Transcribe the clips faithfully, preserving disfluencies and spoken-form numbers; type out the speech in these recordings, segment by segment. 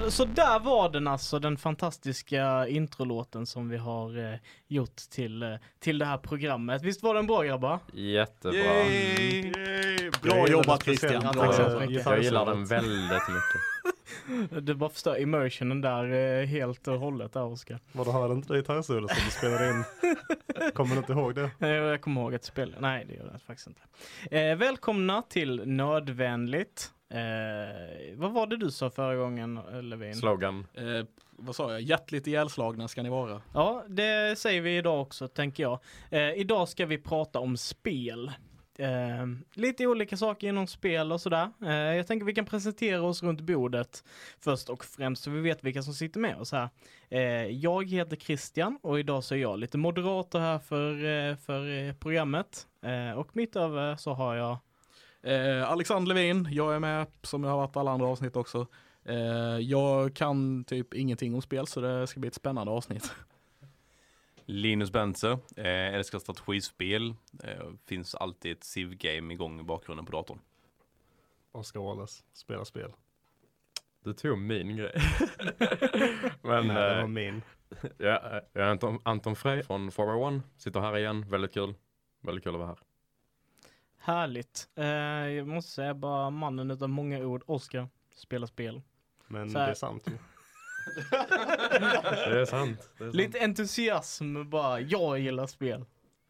Så, så där var den alltså, den fantastiska introlåten som vi har eh, gjort till, eh, till det här programmet. Visst var den bra, grabbar? Jättebra. Yay! Yay! Bra jobbat, Christian. Ja, Bra. tack så Jag, mycket. jag gillar den väldigt mycket. Det bara förstör immersionen där eh, helt och hållet där, Oskar. Var det här inte det gitarrsolo som du spelade in? Kommer du inte ihåg det? Eh, Jag kommer ihåg ett spel. Nej, det gör jag faktiskt inte. Eh, välkomna till Nödvändigt. Eh, vad var det du sa förra gången, Levin? Slogan. Eh, vad sa jag? Hjärtligt ihjälslagna ska ni vara. Ja, det säger vi idag också, tänker jag. Eh, idag ska vi prata om spel. Eh, lite olika saker inom spel och sådär. Eh, jag tänker vi kan presentera oss runt bordet först och främst så vi vet vilka som sitter med oss här. Eh, jag heter Christian och idag så är jag lite moderator här för, eh, för eh, programmet. Eh, och mitt över så har jag... Eh, Alexander Levin, jag är med som jag har varit alla andra avsnitt också. Eh, jag kan typ ingenting om spel så det ska bli ett spännande avsnitt. Linus Benzer, eh, älskar strategispel. Eh, finns alltid ett Civ-game igång i bakgrunden på datorn. Oskar Wallace, spela spel. Du tog min grej. Men Nej, det var eh, min. ja, jag är Anton, Anton Frey från four oh one. Sitter här igen. Väldigt kul. Väldigt kul att vara här. Härligt. Eh, jag måste säga bara mannen utav många ord, Oskar, spelar spel. Men Så det här- är sant ju. Det är sant. Det är sant. Lite entusiasm bara, jag gillar spel.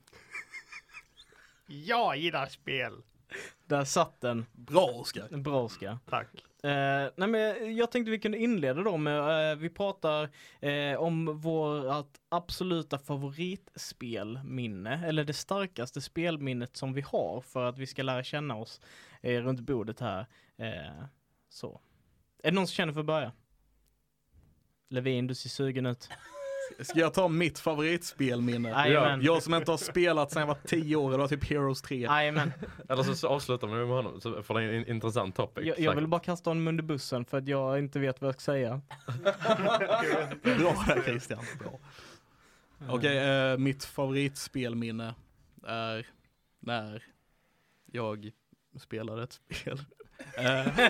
Jag gillar spel. Där satt den. Bra, Oskar. Bra, Oskar. Tack. Eh, nej men jag tänkte vi kunde inleda då med, eh, vi pratar eh, om vårt absoluta favoritspelminne, eller det starkaste spelminnet som vi har för att vi ska lära känna oss eh, runt bordet här. Eh, så. Är det någon som känner för att börja? Levin, du ser sugen ut. Ska jag ta mitt favoritspelminne? Jajamän. Jag som inte har spelat sedan jag var tio år, det var typ Heroes tre. Jajamän. Eller så, så avslutar vi med honom. Så får det en in- intressant topic. Jag, jag vill bara kasta honom under bussen för att jag inte vet vad jag ska säga. Bra där, Christian. Bra. Okej, eh, mitt favoritspelminne är när jag spelade ett spel. Eh,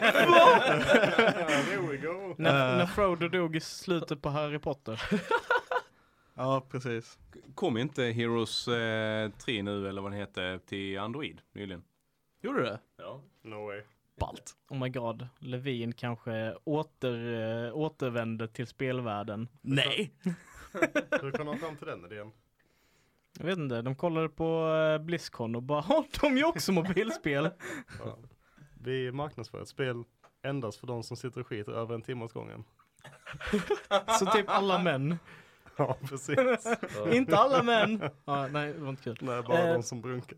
There we go. När, Eh. när Frodo dog i slutet på Harry Potter. ja, precis. Kom inte Heroes eh, tre nu, eller vad den heter, till Android nyligen? Gjorde du det? Ja. No way. Ballt. Oh my god, Levin kanske åter, äh, återvänder till spelvärlden. Nej. Hur kom de fram till den idén? Jag vet inte, de kollade på äh, BlizzCon och bara, "Åh, de gör också mobilspel." Ja. Vi marknadsför ett spel endast för de som sitter och skiter över en timme åt gången. Så typ alla män. Ja, precis. Inte alla män. Ja, nej, det var inte kul. Nej, bara Eh. de som brunkar.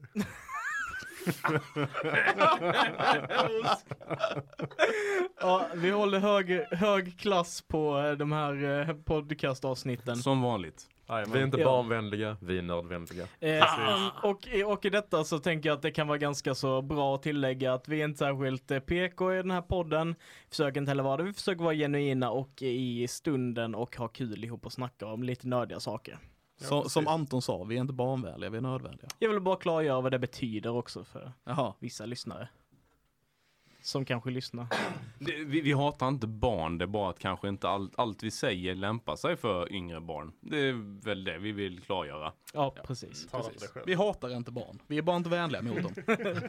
Ja, vi håller hög, hög klass på äh, de här äh, podcastavsnitten. Som vanligt. Vi är inte Ja. barnvänliga, vi är nördvänliga. Eh, och, och i detta så tänker jag att det kan vara ganska så bra att tillägga att vi är inte särskilt eh, P K i den här podden. Försöker inte heller vara det. Vi försöker vara genuina och i stunden och ha kul ihop och snacka om lite nördiga saker. Så, som Anton sa, vi är inte barnvänliga, vi är nödvändiga. Jag vill bara klargöra vad det betyder också för Jaha. vissa lyssnare. Som kanske lyssnar. Det, vi, vi hatar inte barn, det är bara att kanske inte allt, allt vi säger lämpar sig för yngre barn. Det är väl det vi vill klargöra. Ja, precis. Tala för dig själv. Vi hatar inte barn. Vi är bara inte vänliga mot dem.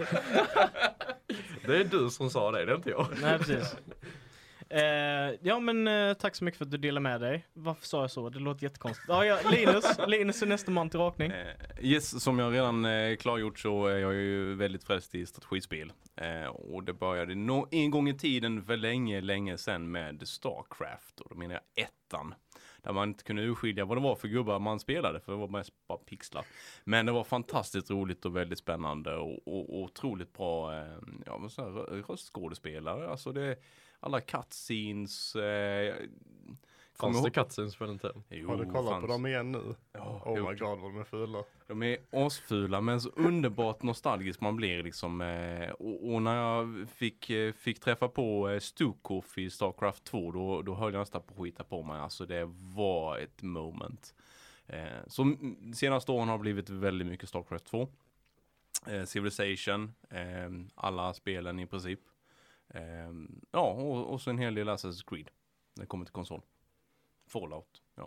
Det är du som sa det, det är inte jag. Nej, precis. Eh, ja, men eh, tack så mycket för att du delade med dig. Varför sa jag så? Det låter jättekonstigt. Ja, ja, Linus. Linus är nästa man till rakning. Eh, yes, som jag redan eh, klargjort så är jag ju väldigt frälst i strategispel. Eh, och det började no- en gång i tiden för länge, länge sedan med Starcraft. Och då menar jag ettan. Där man inte kunde urskilja vad det var för gubbar man spelade. För det var mest bara pixlar. Men det var fantastiskt roligt och väldigt spännande. Och, och, och otroligt bra eh, ja, men så här, röstskådespelare. Alltså det alla cutscenes. Eh, Fanns det cutscenes för den tiden? Jo, Har du kollat fanns. på dem igen nu? Ja, Oh gjort. my god vad de är fula. De är asfula men så underbart nostalgisk man blir liksom. Eh, och, och när jag fick, eh, fick träffa på eh, Stukov i Starcraft två då, då höll jag nästan på att skita på mig. Alltså det var ett moment. Eh, så m- senaste åren har blivit väldigt mycket Starcraft två. Eh, Civilization. Eh, alla spelen i princip. Eh, ja och, och så en hel del Assassin's Creed. när det kommer till konsol. Fallout, ja.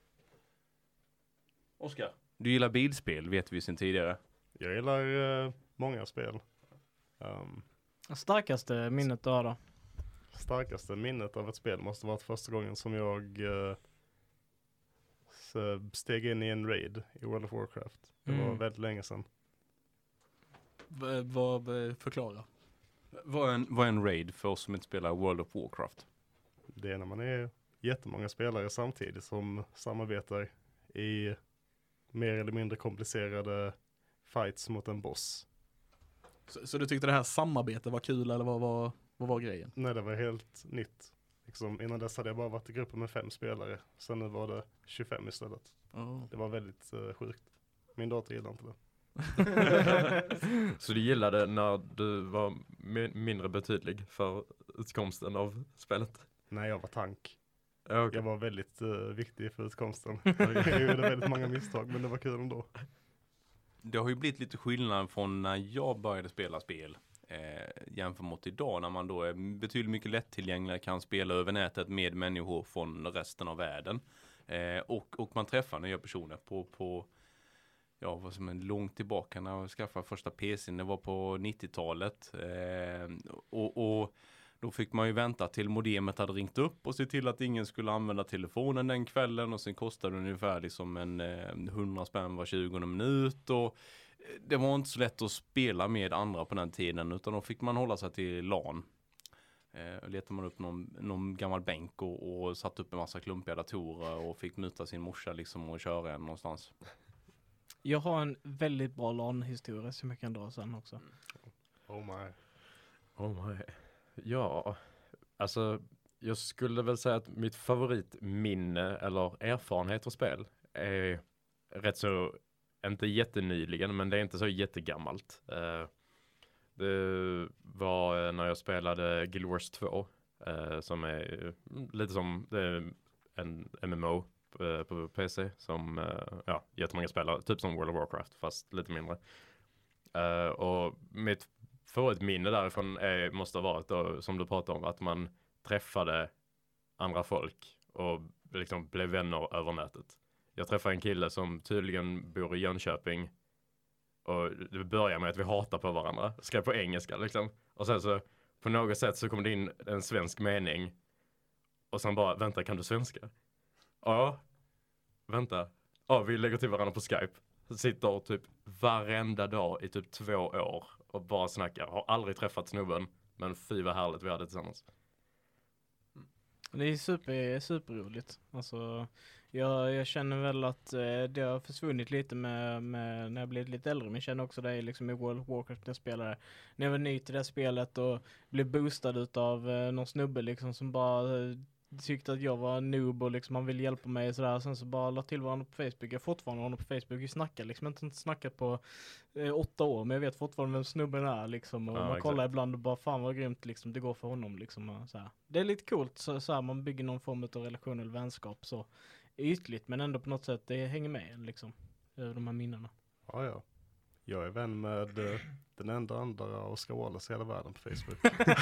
Oskar, du gillar bilspel, vet vi sen tidigare. Jag gillar uh, många spel. Um, Starkaste minnet du har då? starkaste minnet av ett spel måste vara första gången som jag uh, steg in i en raid i World of Warcraft. Det var Mm. väldigt länge sedan. V- Vad förklara? Vad är, en, vad är en raid för oss som inte spelar World of Warcraft? Det är när man är jättemånga spelare samtidigt som samarbetar i mer eller mindre komplicerade fights mot en boss. Så, så du tyckte det här samarbetet var kul eller vad var, vad var grejen? Nej, det var helt nytt. Liksom, innan dess hade jag bara varit i grupper med fem spelare. Sen nu var det tjugofem istället. Oh. Det var väldigt uh, sjukt. Min dator gillar inte det. Så du gillade när du var mi- mindre betydlig för utkomsten av spelet? Nej, jag var tank. Ja, okej. Jag var väldigt uh, viktig för utkomsten. Jag gjorde väldigt många misstag, men det var kul ändå. Det har ju blivit lite skillnad från när jag började spela spel eh, jämfört mot idag när man då är betydligt mycket lättillgänglig, kan spela över nätet med människor från resten av världen. Eh, och, och man träffar nya personer på, på ja, vad som är långt tillbaka när jag skaffade första P C:n, det var på nittiotalet. Eh, och, och då fick man ju vänta till modemet hade ringt upp och se till att ingen skulle använda telefonen den kvällen, och sen kostade det ungefär liksom en eh, hundra spänn var tjugonde minut, och det var inte så lätt att spela med andra på den tiden, utan då fick man hålla sig till LAN. Eh, letade man upp någon, någon gammal bänk och, och satt upp en massa klumpiga datorer och fick muta sin morsa liksom och köra en någonstans. Jag har en väldigt bra LAN-historia som jag kan dra sen också. Oh my. Oh my. Ja, alltså jag skulle väl säga att mitt favoritminne eller erfarenhet av spel är rätt så, inte jättenyligen, men det är inte så jättegammalt. Uh, det var när jag spelade Guild Wars två, uh, som är lite som det är en M M O på, på P C som uh, ja, jättemånga spelar, typ som World of Warcraft fast lite mindre. Uh, och mitt För ett minne därifrån är, måste ha varit då, som du pratade om, att man träffade andra folk och liksom blev vänner över nätet. Jag träffade en kille som tydligen bor i Jönköping, och det börjar med att vi hatar på varandra, skrev på engelska liksom. Och sen så på något sätt så kom det in en svensk mening och sen bara, vänta, kan du svenska? Ja, vänta. Ja, vi lägger till varandra på Skype. Sitter typ varenda dag i typ två år och bara snackar. Har aldrig träffat snubben, men fy vad härligt vi hade tillsammans. Det är super, superroligt. Alltså, jag, jag känner väl att eh, det har försvunnit lite med, med när jag blivit lite äldre. Men jag känner också det liksom i World of Warcraft när jag spelade. När jag var ny till det här spelet och blev boostad utav eh, någon snubbe liksom som bara eh, tyckte att jag var noob och liksom han ville hjälpa mig och sådär. Sen så bara la till varandra på Facebook. Jag har fortfarande honom på Facebook. Vi snackar liksom inte, inte snackat på eh, åtta år, men jag vet fortfarande vem snubben är liksom. Och Ja, man exakt. kollar ibland och bara, fan vad grymt liksom det går för honom liksom. Och så här. Det är lite coolt så, så här, man bygger någon form av relation eller vänskap så ytligt, men ändå på något sätt det hänger med en, liksom. Över de här minnena. Ja, ja. Jag är vän med uh, den enda andra Oscar Wallace i hela världen på Facebook.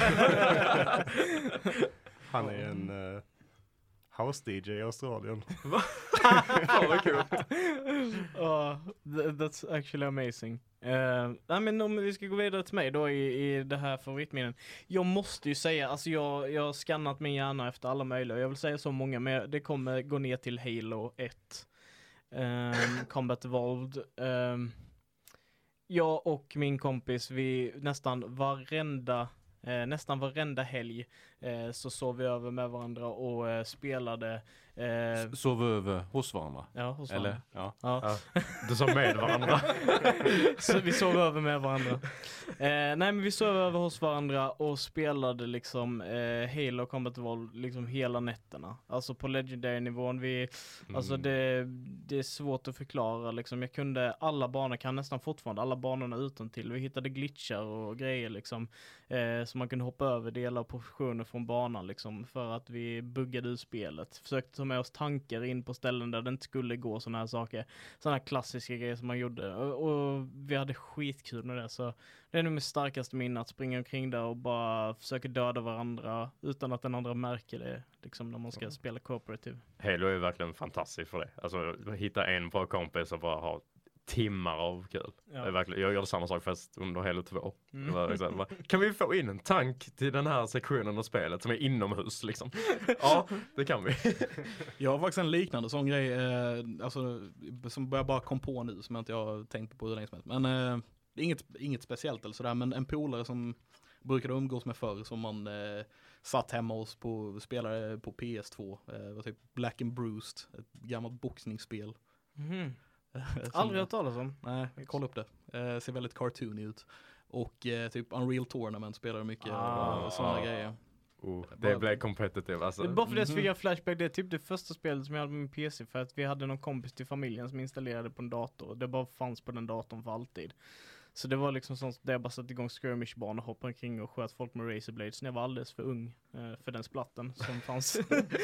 Han är en uh, house D J i Australien. Fan vad kul. uh, th- that's actually amazing. Uh, nej, men om vi ska gå vidare till mig då i, i det här favoritminnen. Jag måste ju säga, alltså jag, jag har skannat min hjärna efter alla möjliga. Jag vill säga så många, men det kommer gå ner till Halo ett. Um, Combat Evolved. Um, jag och min kompis, vi nästan varenda Eh, nästan varenda helg eh, så sov vi över med varandra och eh, spelade. Eh, Sov över hos varandra? ja, hos Eller? varandra. Ja. Ja. Ja, du sa med varandra. Så vi sov över med varandra. Eh, nej, men vi sov över hos varandra och spelade liksom eh, Halo Combat Evolved liksom hela nätterna. Alltså på Legendary-nivån. Vi, Mm. Alltså det, det är svårt att förklara liksom. Jag kunde alla banor, kan nästan fortfarande alla banorna utan till. Vi hittade glitchar och grejer liksom. Eh, så man kunde hoppa över delar av positioner från banan liksom. För att vi buggade ur spelet. Försökte ta med oss tankar in på ställen där det inte skulle gå, sådana här saker. Sådana här klassiska grejer som man gjorde. Och, och vi hade skitkul med det. Så det är nog mitt starkaste minne att springa omkring där och bara försöka döda varandra utan att den andra märker det, liksom när man ska mm. spela cooperative. Halo är verkligen fantastiskt för det. Alltså hitta en bra kompis och bara ha timmar av kul. Ja. Det är verkligen, jag gjorde samma sak fast under Halo två. Mm. Det var liksom, bara, kan vi få in en tank till den här sektionen av spelet som är inomhus liksom? Ja, det kan vi. Jag har faktiskt en liknande sån grej eh, alltså, som jag bara kom på nu som jag inte har tänkt på hur länge som helst. Men eh, inget, inget speciellt eller sådär, men en polare som brukade umgås med förr som man eh, satt hemma hos på spelare på P S två. Eh, var typ Black and Bruised, ett gammalt boxningsspel. Mm. Aldrig hört talas om. Nej, kolla upp det. Eh, ser väldigt cartoony ut. Och eh, typ Unreal Tournament spelar mycket ah, och sådana ah. grejer. Oh, det bara, blev competitive alltså. Bara för det så fick jag flashback. Det är typ det första spelet som jag hade på min P C för att vi hade någon kompis till familjen som installerade på en dator. Det bara fanns på den datorn för alltid. Så det var liksom sånt där jag bara satte igång skirmishbanor och hoppade omkring och sköt folk med razorblades när jag var alldeles för ung eh, för den splatten som fanns.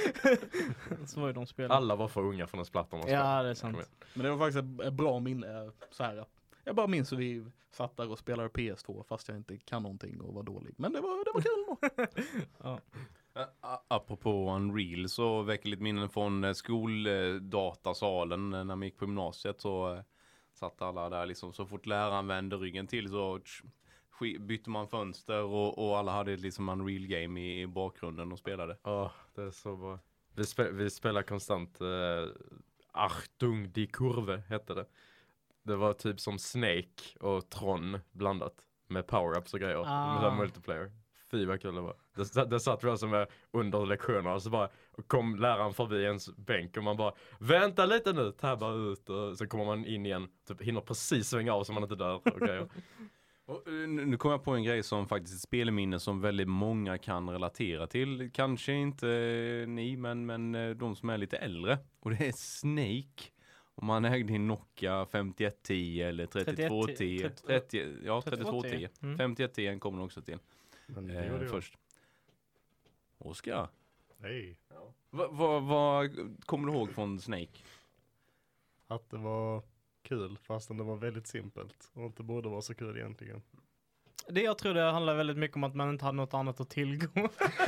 Så var ju de spelen. Alla var för unga för den splatten. Ja, det är sant. Men det var faktiskt ett bra minne så här. Jag bara minns hur vi satt där och spelade P S två fast jag inte kan någonting och var dålig. Men det var, det var kul då. Ja. Apropå Unreal så väcker lite minnen från skoldatasalen när man gick på gymnasiet så satt alla där liksom, så fort läraren vände ryggen till så bytte man fönster och, och alla hade liksom Unreal Game i, i bakgrunden och spelade. Ja, oh, det är så bra. Vi, spe, vi spelar konstant uh, Achtung die Kurve hette det. Det var typ som Snake och Tron blandat med power-ups och grejer. Ah. Med multiplayer. Fy vad kul det var. Det, det satt vi alltså med under lektionerna och så bara kom läraren förbi ens bänk och man bara vänta lite nu, tabba ut och så kommer man in igen. Typ hinner precis svänga av så man inte dör och grejer. Och, nu kommer jag på en grej som faktiskt är ett spelminne som väldigt många kan relatera till. Kanske inte ni, men, men de som är lite äldre. Och det är Snake. Om man ägde en Nokia femtioett tio eller trettiotvå tio. trettio, ja, trettiotvå tio. Mm. femtioett tio kommer också till. Men det eh, först. Oskar. Nej. Ja. Vad va, va, kommer du ihåg från Snake? Att det var kul fastän det var väldigt simpelt och inte borde vara så kul egentligen. Det jag tror det handlar väldigt mycket om att man inte hade något annat att tillgå.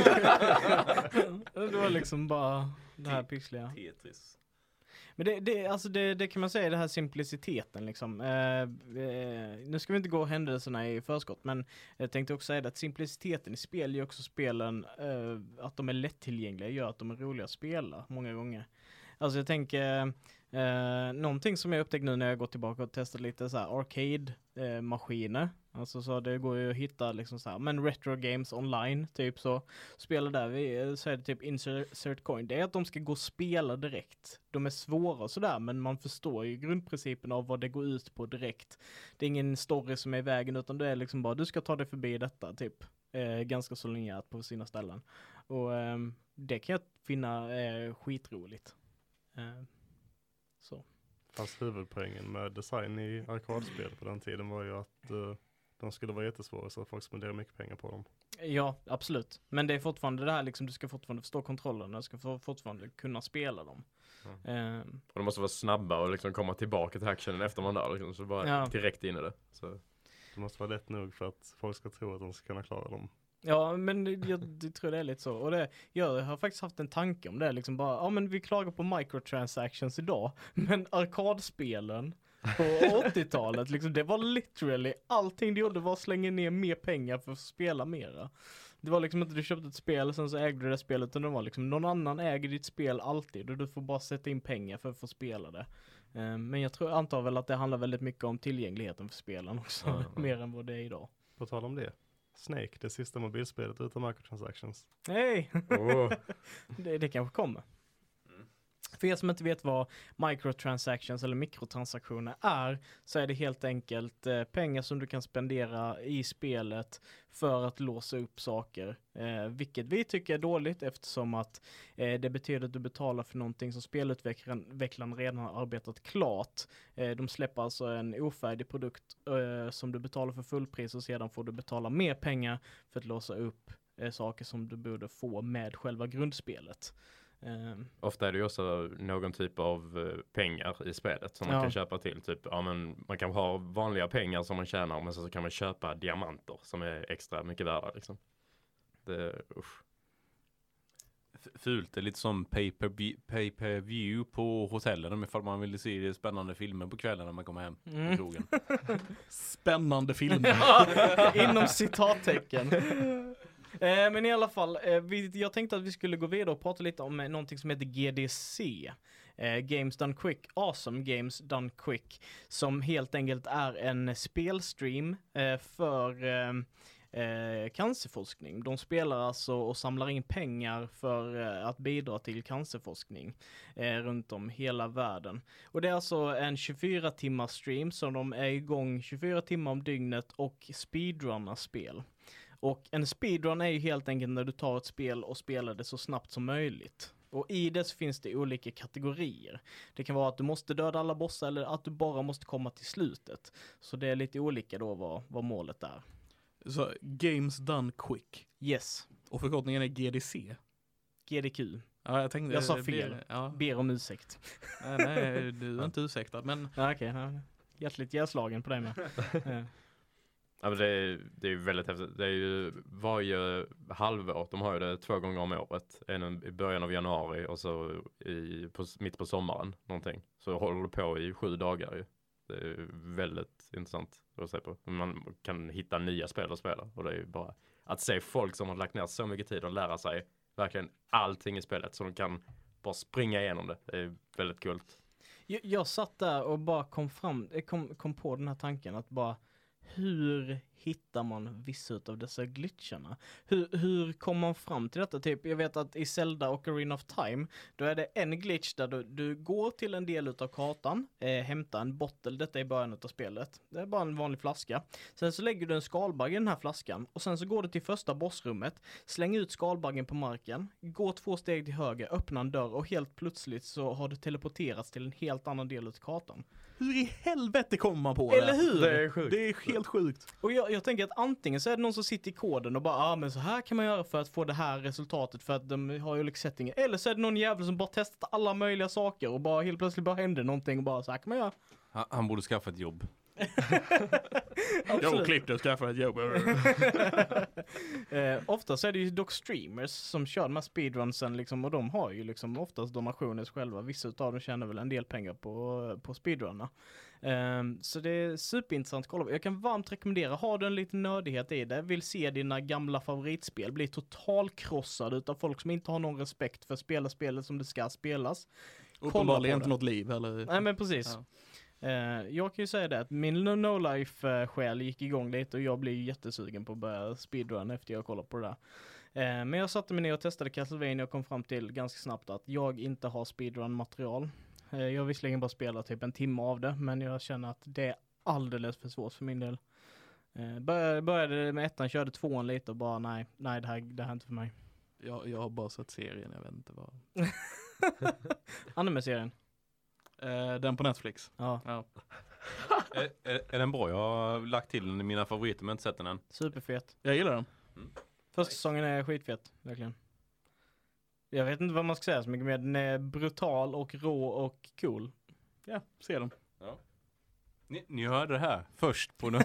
Det var liksom bara det här pixliga. Tetris. Men det, det, alltså det, det kan man säga, det här simpliciteten liksom. Eh, eh, nu ska vi inte gå händelserna i förskott, men jag tänkte också säga att simpliciteten i spel gör också spelen, eh, att de är lättillgängliga, gör att de är roliga att spela många gånger. Alltså jag tänker, eh, någonting som jag upptäckte nu när jag gått tillbaka och testat lite så här arcade-maskiner. Alltså så det går ju att hitta liksom så här, men retro games online, typ så. Spela där, vi, så är det typ insert coin. Det är att de ska gå och spela direkt. De är svåra och sådär, men man förstår ju grundprincipen av vad det går ut på direkt. Det är ingen story som är i vägen, utan det är liksom bara, du ska ta dig förbi detta, typ. Eh, ganska så linjärt på sina ställen. Och eh, det kan jag finna eh, skitroligt. Eh, så. Fast huvudpoängen med design i arkadspel på den tiden var ju att uh, de skulle vara jättesvåra så att folk spenderar mycket pengar på dem. Ja, absolut. Men det är fortfarande det här liksom, du ska fortfarande förstå kontrollerna, du ska fortfarande kunna spela dem. Mm. Eh, och de måste vara snabba och liksom komma tillbaka till actionen efter man där liksom, så bara ja. direkt in i det. Så. Det måste vara lätt nog för att folk ska tro att de ska kunna klara dem. Ja, men jag, jag tror det är lite så. Och det, jag har faktiskt haft en tanke om det. Liksom bara, ja men vi klagar på microtransactions idag. Men arkadspelen på åttiotalet, liksom, det var literally allting du gjorde var att slänga ner mer pengar för att spela mera. Det var liksom inte du köpte ett spel och sen så ägde du det spelet, utan det var liksom någon annan äger ditt spel alltid och du får bara sätta in pengar för att få spela det. Men jag tror, antar väl att det handlar väldigt mycket om tillgängligheten för spelen också, mm. mer än vad det är idag. På tal om det. Snake, det sista mobilspelet utan microtransactions. Hej! Oh. det, det kanske kommer. Mm. För er som inte vet vad microtransactions eller mikrotransaktioner är, så är det helt enkelt eh, pengar som du kan spendera i spelet för att låsa upp saker. Eh, vilket vi tycker är dåligt, eftersom att eh, det betyder att du betalar för någonting som spelutvecklaren redan har arbetat klart. Eh, de släpper alltså en ofärdig produkt eh, som du betalar för fullpris och sedan får du betala mer pengar för att låsa upp eh, saker som du borde få med själva grundspelet. Um, Ofta är det ju också någon typ av uh, pengar i spelet som man Ja. kan köpa till. Typ, ja, men man kan ha vanliga pengar som man tjänar, men så kan man köpa diamanter som är extra mycket värda. Liksom. Det, usch. F- Fult, det är lite som pay-per-view, pay-per-view på hotellen ifall man vill se spännande filmer på kvällen när man kommer hem Mm. från krogen. Spännande filmer. Inom citattecken. Eh, men i alla fall, eh, vi, jag tänkte att vi skulle gå vidare och prata lite om eh, någonting som heter G D C. Eh, Games Done Quick, Awesome Games Done Quick. Som helt enkelt är en spelstream eh, för eh, eh, cancerforskning. De spelar alltså och samlar in pengar för eh, att bidra till cancerforskning eh, runt om hela världen. Och det är alltså en tjugofyra timmars stream som de är igång tjugofyra timmar om dygnet och speedrunnar spel. Och en speedrun är ju helt enkelt när du tar ett spel och spelar det så snabbt som möjligt. Och i det så finns det olika kategorier. Det kan vara att du måste döda alla bossar eller att du bara måste komma till slutet. Så det är lite olika då vad, vad målet är. Så Games Done Quick. Yes, Och förkortningen är G D C. G D Q. Ja, jag tänkte... Jag sa det- fel. Ja. Ber om ursäkt. Nej, nej, du är inte ursäktad, men... Ja, okej, okay, hjärtligt hjärslagen på dig med. Ja. Ja, men det, är, det är ju väldigt häftigt. Det är ju varje halvår, de har ju det två gånger om året. En i början av januari och så i, på, mitt på sommaren någonting. Så håller det på i sju dagar ju. Det är väldigt intressant att se på. Man kan hitta nya spel att spela. Och det är ju bara att se folk som har lagt ner så mycket tid och lära sig verkligen allting i spelet. Så de kan bara springa igenom det. Det är väldigt kul. Jag, jag satt där och bara kom fram, kom, kom på den här tanken att bara hur hittar man vissa av dessa glitcharna? Hur, hur kommer man fram till detta? Typ, jag vet att i Zelda och Ocarina of Time, då är det en glitch där du, du går till en del av kartan, eh, hämtar en bottle, detta är början av spelet. Det är bara en vanlig flaska. Sen så lägger du en skalbagge i den här flaskan och sen så går du till första bossrummet, slänger ut skalbaggen på marken, går två steg till höger, öppnar en dörr och helt plötsligt så har du teleporterats till en helt annan del av kartan. Hur i helvete kommer man på Eller det? hur? Det är sjukt. Det är helt sjukt. Och jag, jag tänker att antingen så är det någon som sitter i koden och bara, ja ah, men så här kan man göra för att få det här resultatet för att de har ju olika settingar. Eller så är det någon jävel som bara testat alla möjliga saker och bara helt plötsligt bara händer någonting och bara så här kan man göra. Han, han borde skaffa ett jobb. Jag klippte och skaffade ett jobb. eh, ofta så är det ju dock streamers som kör de här speedrunsen liksom, och de har ju liksom oftast donationer själva. Vissa av dem tjänar väl en del pengar på, på speedrunna. Eh, så det är superintressant att kolla på. Jag kan varmt rekommendera, har du en liten nördighet i det, vill se dina gamla favoritspel bli totalkrossade utav folk som inte har någon respekt för att spela spelet som det ska spelas. Uppenbarligen på inte det. något liv eller... Nej men precis. Ja. Eh, jag kan ju säga det att min no-life-själ gick igång lite och jag blev ju jättesugen på att börja speedrun efter jag kollat på det där. Eh, men jag satte mig ner och testade Castlevania och kom fram till ganska snabbt att jag inte har speedrun-material. Eh, jag har visserligen bara spelat typ en timme av det, men jag känner att det är alldeles för svårt för min del. Eh, började, började med ettan, körde tvåan lite och bara nej, nej det här, det här är inte för mig. Jag, jag har bara sett serien, jag vet inte vad. Anime-serien. Eh, den på Netflix. Ja, Ja. är, är, är den bra? Jag har lagt till den i mina favoriter men inte sett den än. superfet. Jag gillar den. Första säsongen är skitfett, verkligen. Jag vet inte vad man ska säga så mycket mer. Den är brutal och rå och cool. Ja, ser den. Ni, ni hörde det här först på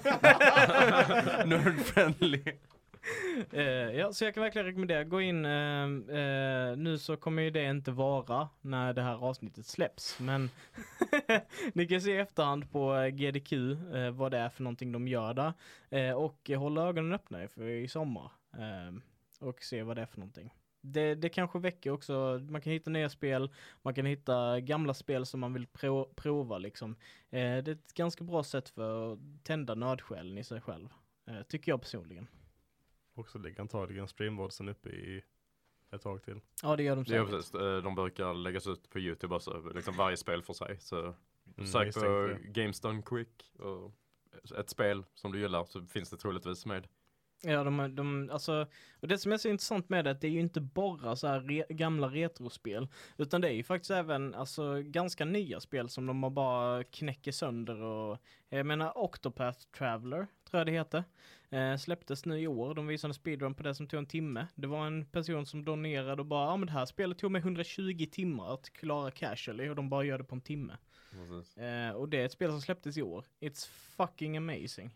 Nerdfriendly. Eh, ja, så jag kan verkligen rekommendera. Gå in, eh, eh, nu så kommer ju det inte vara när det här avsnittet släpps. Men ni kan se i efterhand på eh, G D Q eh, vad det är för någonting de gör där. Eh, och eh, hålla ögonen öppna för i sommar. Eh, och se vad det är för någonting. Det, det kanske väcker också, man kan hitta nya spel, man kan hitta gamla spel som man vill pro- prova liksom. Eh, det är ett ganska bra sätt för att tända nördsjälen i sig själv. Eh, tycker jag personligen. Också ligger antagligen streamvårdsen uppe i ett tag till. Ja, det gör de Ja, säkert. precis. Eh, De brukar läggas ut på YouTube också. Liksom varje spel för sig. Så Mm, sök misstänker på det. Games Done Quick och ett spel som du gillar så finns det troligtvis med. Ja, de, de, alltså, och det som är så intressant med det är att det är ju inte bara så här re, gamla retrospel, utan det är ju faktiskt även alltså, ganska nya spel som de har bara knäcker sönder och jag menar Octopath Traveler tror jag det heter. Eh, släpptes nu i år. De visade en speedrun på det som tog en timme. Det var en person som donerade och bara, ja ah, men det här spelet tog mig hundratjugo timmar att klara casually och de bara gör det på en timme. Eh, och det är ett spel som släpptes i år. It's fucking amazing.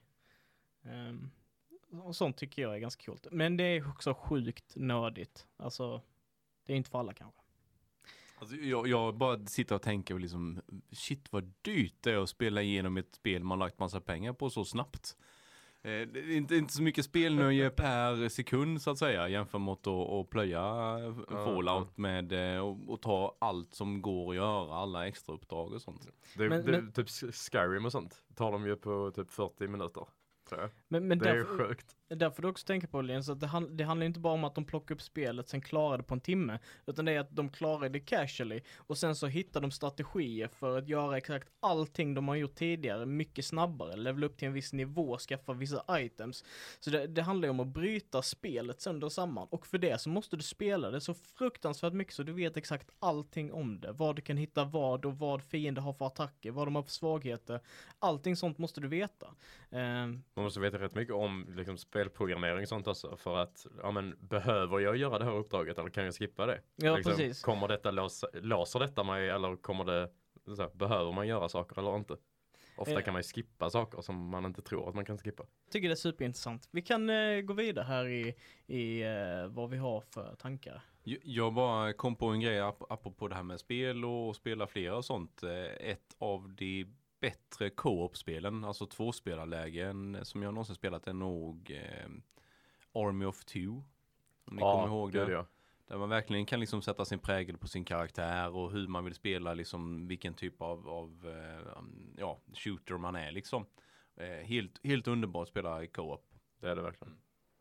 Um, och sånt tycker jag är ganska coolt. Men det är också sjukt nördigt. Alltså, det är inte för alla kanske. Alltså, jag, jag bara sitter och tänker liksom, shit vad dyrt det är att spela igenom ett spel man lagt massa pengar på så snabbt. Eh, det är inte, inte så mycket spelnöje per sekund så att säga jämfört med att, att plöja Fallout med eh, och, och ta allt som går att göra, alla extra uppdrag och sånt. Det, Men- det, men- typ Skyrim och sånt tar de ju på typ fyrtio minuter. Tror jag. Men, men Det är därför, sjukt. där får du också tänka på, Linus, att det, hand, det handlar inte bara om att de plockar upp spelet sen klarar det på en timme, utan det är att de klarar det casually och sen så hittar de strategier för att göra exakt allting de har gjort tidigare mycket snabbare, levela upp till en viss nivå, skaffa vissa items. Så det, det handlar ju om att bryta spelet sönder och samman, och för det så måste du spela det så fruktansvärt mycket så du vet exakt allting om det, vad du kan hitta vad och vad fiender har för attacker, vad de har för svagheter, allting sånt måste du veta. Um, Man måste veta rätt mycket om liksom, spelprogrammering och sånt också. För att, ja men, behöver jag göra det här uppdraget eller kan jag skippa det? ja, liksom, precis. Kommer detta låsa, låser detta mig eller kommer det, så här, behöver man göra saker eller inte? Ofta Eh. kan man ju skippa saker som man inte tror att man kan skippa. Jag tycker det är superintressant. Vi kan eh, gå vidare här i, i eh, vad vi har för tankar. Jag- Jag bara kom på en grej ap- apropå det här med spel och spela flera och sånt. Eh, Ett av de bättre co-op-spelen, alltså tvåspelarlägen som jag någonsin spelat är nog eh, Army of Two. Om ni kommer ihåg det. gud, ja. Där man verkligen kan liksom sätta sin prägel på sin karaktär och hur man vill spela, liksom vilken typ av, av eh, ja, shooter man är liksom. Eh, helt, helt underbart att spela i co-op. Det är det verkligen.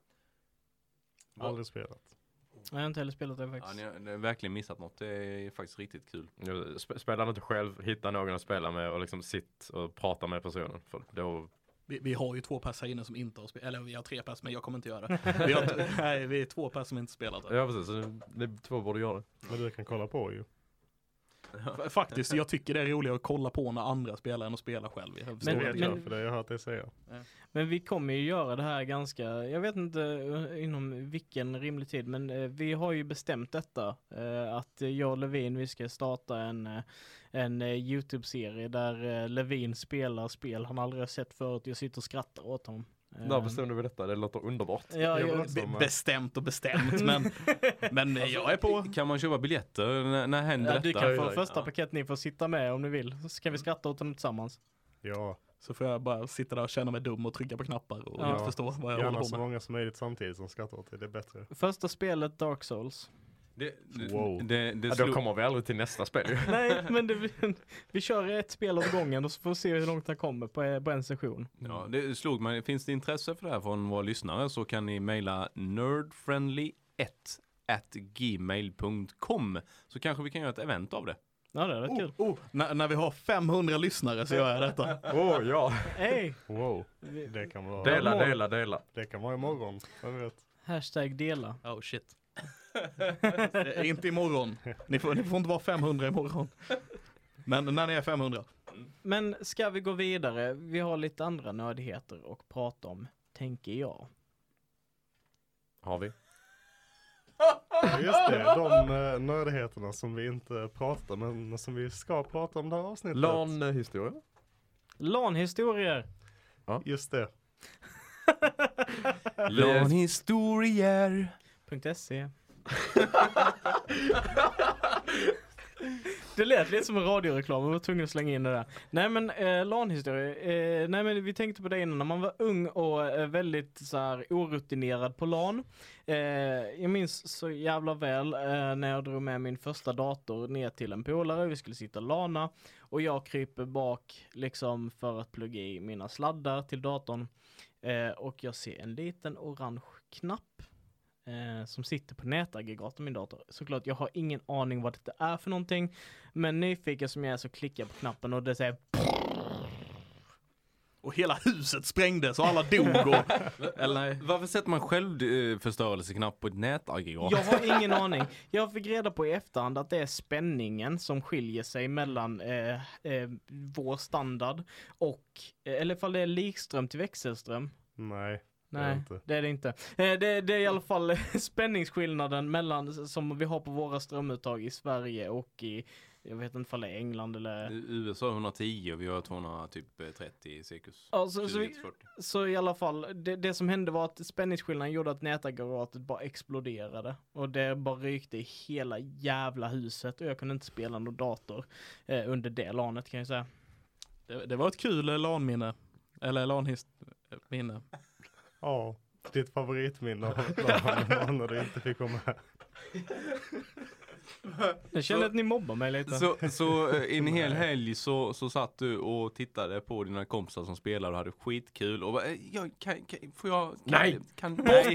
Aldrig spelat. Jag har inte heller spelat det Ja, faktiskt. ni har, ni har verkligen missat något. Det är faktiskt riktigt kul. Jag sp- spelar inte själv, hitta någon att spela med och liksom sitt och prata med personen. För då, Vi, vi har ju två pers här inne som inte har spelat, eller vi har tre pers men jag kommer inte göra det. Vi har, t- nej, vi är två pers som inte spelat det. ja precis, så det, det två borde göra det. Men du kan kolla på ju. F- Faktiskt, jag tycker det är roligare att kolla på när andra spelar än att spela själv. Jag förstår Det Men- vet inte. jag, för det har jag hört dig säga. Men vi kommer ju göra det här ganska, jag vet inte eh, inom vilken rimlig tid, men eh, vi har ju bestämt detta. Eh, att jag och Levin, vi ska starta en, eh, en eh, YouTube-serie där eh, Levin spelar spel han aldrig har sett förut. Jag sitter och skrattar åt honom. Eh, När bestämde vi detta? Det låter underbart. Ja, Jag jag, vill också- Be- bestämt och bestämt, men, men jag är på. Kan man köpa biljetter? När, när händer ja, du detta? kan få Ja. första paket, ni får sitta med om ni vill. Så ska vi skratta åt dem tillsammans. Ja, Så får jag bara sitta där och känna mig dum och trycka på knappar och Ja. inte förstå vad jag gärna håller så på med. många som möjligt samtidigt som skrattar åt det. Det är bättre. Första spelet Dark Souls. Det, det, Wow. det, det Ja, slog, då kommer vi aldrig till nästa spel ju. Nej, men det, vi kör ett spel åt gången och så får vi se hur långt det kommer på, på en session. ja, det slog mig. Finns det intresse för det här från våra lyssnare så kan ni mejla nerdfriendly ett at gmail dot com så kanske vi kan göra ett event av det. Ja, det är rätt kul. Oh, oh, när, när vi har femhundra lyssnare så gör jag detta. Åh oh, ja. Hej! Wow, Vi- det kan vara, Dela, dela, dela. det kan vara imorgon. Vem vet? Hashtag dela. Oh shit. Det är inte imorgon. Ni får, ni får inte vara femhundra imorgon. Men när ni är femhundra. Men ska vi gå vidare? Vi har lite andra nördigheter att prata om, tänker jag. Har vi? Ja, just det, de eh, nördigheterna som vi inte pratar men som vi ska prata om det här avsnittet. LAN-historia? LAN-historier! Just det. LAN-historier. .se Det lät lite som en radioreklam, jag var tvungen att slänga in det där. Nej men eh, LAN-historia, eh, nej men vi tänkte på det innan, när man var ung och eh, väldigt så här orutinerad på LAN. Eh, jag minns så jävla väl eh, när jag drog med min första dator ner till en polare, vi skulle sitta och LANa och jag kryper bak liksom för att plugga i mina sladdar till datorn. Eh, och jag ser en liten orange knapp eh, som sitter på nätaggregat i min dator. Såklart, jag har ingen aning vad det är för någonting. Men nyfiken som jag är så klickar jag på knappen och det säger Och hela huset sprängdes och alla dog. Och, eller nej. Varför sätter man själv eh, förstörelseknapp på ett nätaggregat? jag har ingen aning. Jag fick reda på i efterhand att det är spänningen som skiljer sig mellan eh, eh, vår standard och, eh, eller ifall det är likström till växelström. Nej. Nej, inte. det är det inte. Eh, det, det är i alla fall spänningsskillnaden mellan som vi har på våra strömuttag i Sverige och i, jag vet inte om det är England eller... U S A etthundratio och vi har tvåhundratrettio cirkus. Ja, så, så, tjugo till fyrtio. så i alla fall, det, det som hände var att spänningsskillnaden gjorde att nätaggregatet bara exploderade. Och det bara rykte i hela jävla huset och jag kunde inte spela någon dator eh, under det lanet kan jag säga. Det, det var ett kul eh, LAN-minne. Eller LAN-minne. Ja, ditt favoritminne av LAN när du inte fick komma med. Jag känner Så- att ni mobbar mig lite. Så, så eh, en hel helg så, så satt du och tittade på dina kompisar som spelade och hade skitkul och bara, eh, jag, kan, kan, får jag? Kan, Nej. Kan, nej!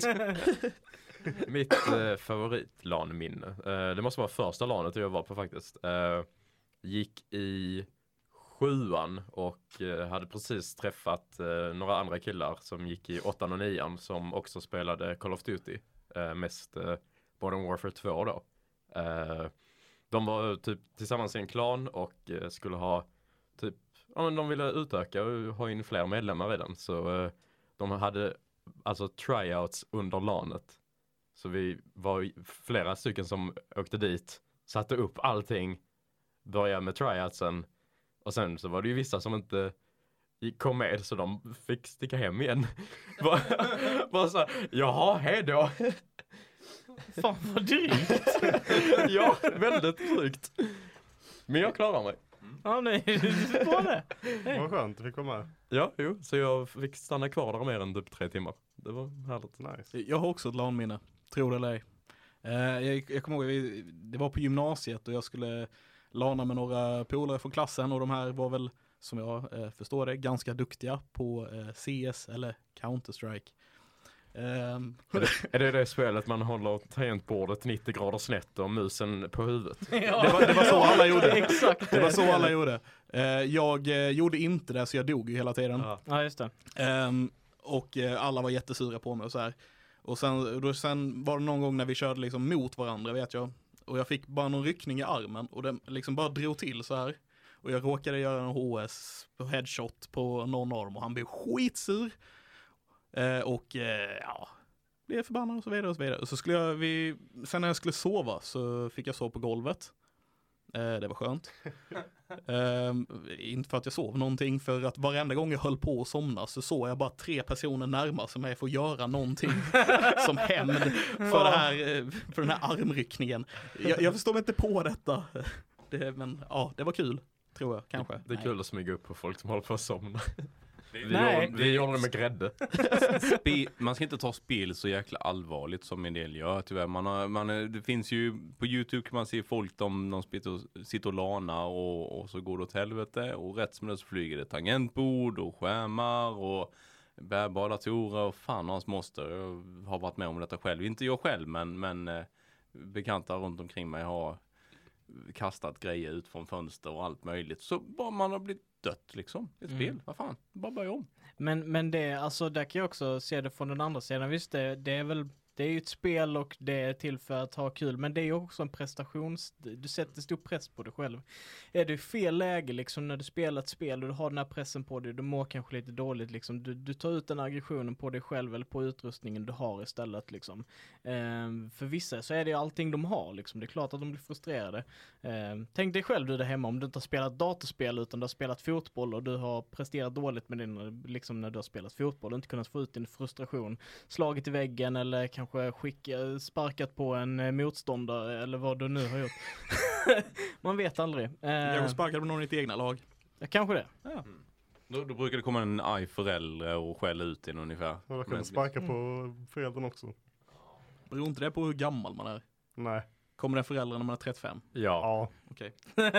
Mitt eh, favorit-LAN-minne. Eh, det måste vara första LANet jag var på faktiskt. Eh, gick i sjuan och eh, hade precis träffat eh, några andra killar som gick i åttan och nian som också spelade Call of Duty. Eh, mest eh, Modern Warfare två då. Eh, de var typ tillsammans i en klan och eh, skulle ha typ, ja men de ville utöka och ha in fler medlemmar i den. Så eh, de hade alltså tryouts under LANet. Så vi var flera stycken som åkte dit, satte upp allting, började med tryoutsen och sen så var det ju vissa som inte gick- kom med så de fick sticka hem igen. Bara, bara så här, jaha, hej då. Fan vad drygt. Ja, väldigt sjukt. Men jag klarar mig. Ja, nej, det är bra det. Vad skönt, du fick komma med. Ja, jo, så jag fick stanna kvar där mer än typ tre timmar. Det var härligt. Nice. Jag har också ett LAN-minne, tror det eller ej. Eh, jag, jag kommer ihåg, vi- det var på gymnasiet och jag skulle lana med några polare från klassen och de här var väl, som jag eh, förstår det, ganska duktiga på eh, C S eller Counter-Strike. Ehm, Är det det spelet man håller tangentbordet nittio grader snett och musen på huvudet? Ja. Det var- det var så alla gjorde. Exakt. det var så alla gjorde. Eh, jag eh, gjorde inte det så jag dog ju hela tiden. Ja. Ja, just det. Ehm, och eh, alla var jättesura på mig och så här. Och sen, då, sen var det någon gång när vi körde liksom mot varandra, vet jag. Och jag fick bara någon ryckning i armen och den liksom bara drog till så här. Och jag råkade göra en H S på headshot på någon av dem och han blev skitsur. Eh, och eh, ja, blev förbannad och så vidare och så vidare. Och så skulle jag, vi, sen när jag skulle sova så fick jag sova på golvet. Eh, det var skönt. Ehm, inte för att jag sov någonting, för att varenda gång jag höll på att somna så såg jag bara tre personer närma sig mig för att göra någonting som hämnd för, det här, eh, för den här armryckningen. Jag, jag förstår mig inte på detta. Det, men ja, det var kul, tror jag, kanske. Det är kul att smyga upp på folk som håller på att somna. Vi, Nej. gjorde, vi gjorde det med grädde. Spe, man ska inte ta spel så jäkla allvarligt som en del gör tyvärr. Man har, man är, det finns ju på YouTube kan man se folk de, de sitter och, sitter och lana och, och så går det åt helvete och rätt som det så flyger det tangentbord och skärmar och bärbara datorer och fan hans moster. Jag har varit med om detta själv. Inte jag själv men, men eh, bekanta runt omkring mig har kastat grejer ut från fönster och allt möjligt. Så bara man har blivit dött liksom. Ett Mm. spel, vad fan. Bara börja om. Men, men det, alltså där kan jag också se det från den andra sidan. Visst, det, det är väl, det är ju ett spel och det är till för att ha kul, men det är ju också en prestations, du sätter stor press på dig själv. Är du i fel läge liksom när du spelar ett spel och du har den här pressen på dig, du mår kanske lite dåligt liksom, du, du tar ut den aggressionen på dig själv eller på utrustningen du har istället liksom. Ehm, för vissa så är det ju allting de har liksom, det är klart att de blir frustrerade. Ehm, tänk dig själv du där hemma om du inte har spelat datorspel utan du har spelat fotboll och du har presterat dåligt med din, liksom när du har spelat fotboll och inte kunnat få ut din frustration, slagit i väggen eller kanske skicka, sparkat på en eh, motståndare eller vad du nu har gjort. Man vet aldrig. Ehm, Jag sparkade på någon i ditt egna lag. ja, kanske det. Ja. Då, då brukar det komma en arg förälder och skälla ut en ungefär. Och jag Men- kunde sparka på föräldern också. Beror inte det på hur gammal man är? Nej. Kommer den föräldern när man är trettiofem? Ja. Ja. Okej.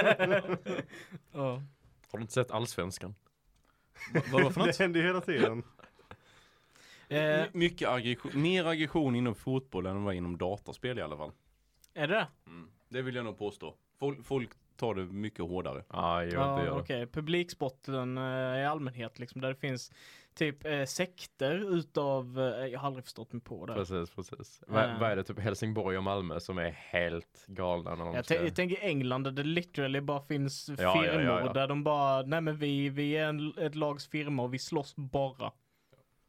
Ja. Har du inte sett Allsvenskan? Vad var för något? Det händer ju hela tiden. Eh, My- Mycket aggression, mer aggression inom fotboll än vad inom datorspel i alla fall. är det? Mm. Det vill jag nog påstå. Folk, folk tar det mycket hårdare. Ah, jo, det Ja, gör det. okej. Publiksporten eh, i allmänhet liksom, där det finns typ eh, sekter utav, eh, jag har aldrig förstått mig på det. Precis, precis. Va, Äh. vad är det? Typ Helsingborg och Malmö som är helt galna när de Jag, ska... t- jag tänker England där det literally bara finns Ja, ja, firmor ja, ja. där de bara, nej men vi, vi är en, ett lags firma och vi slåss bara.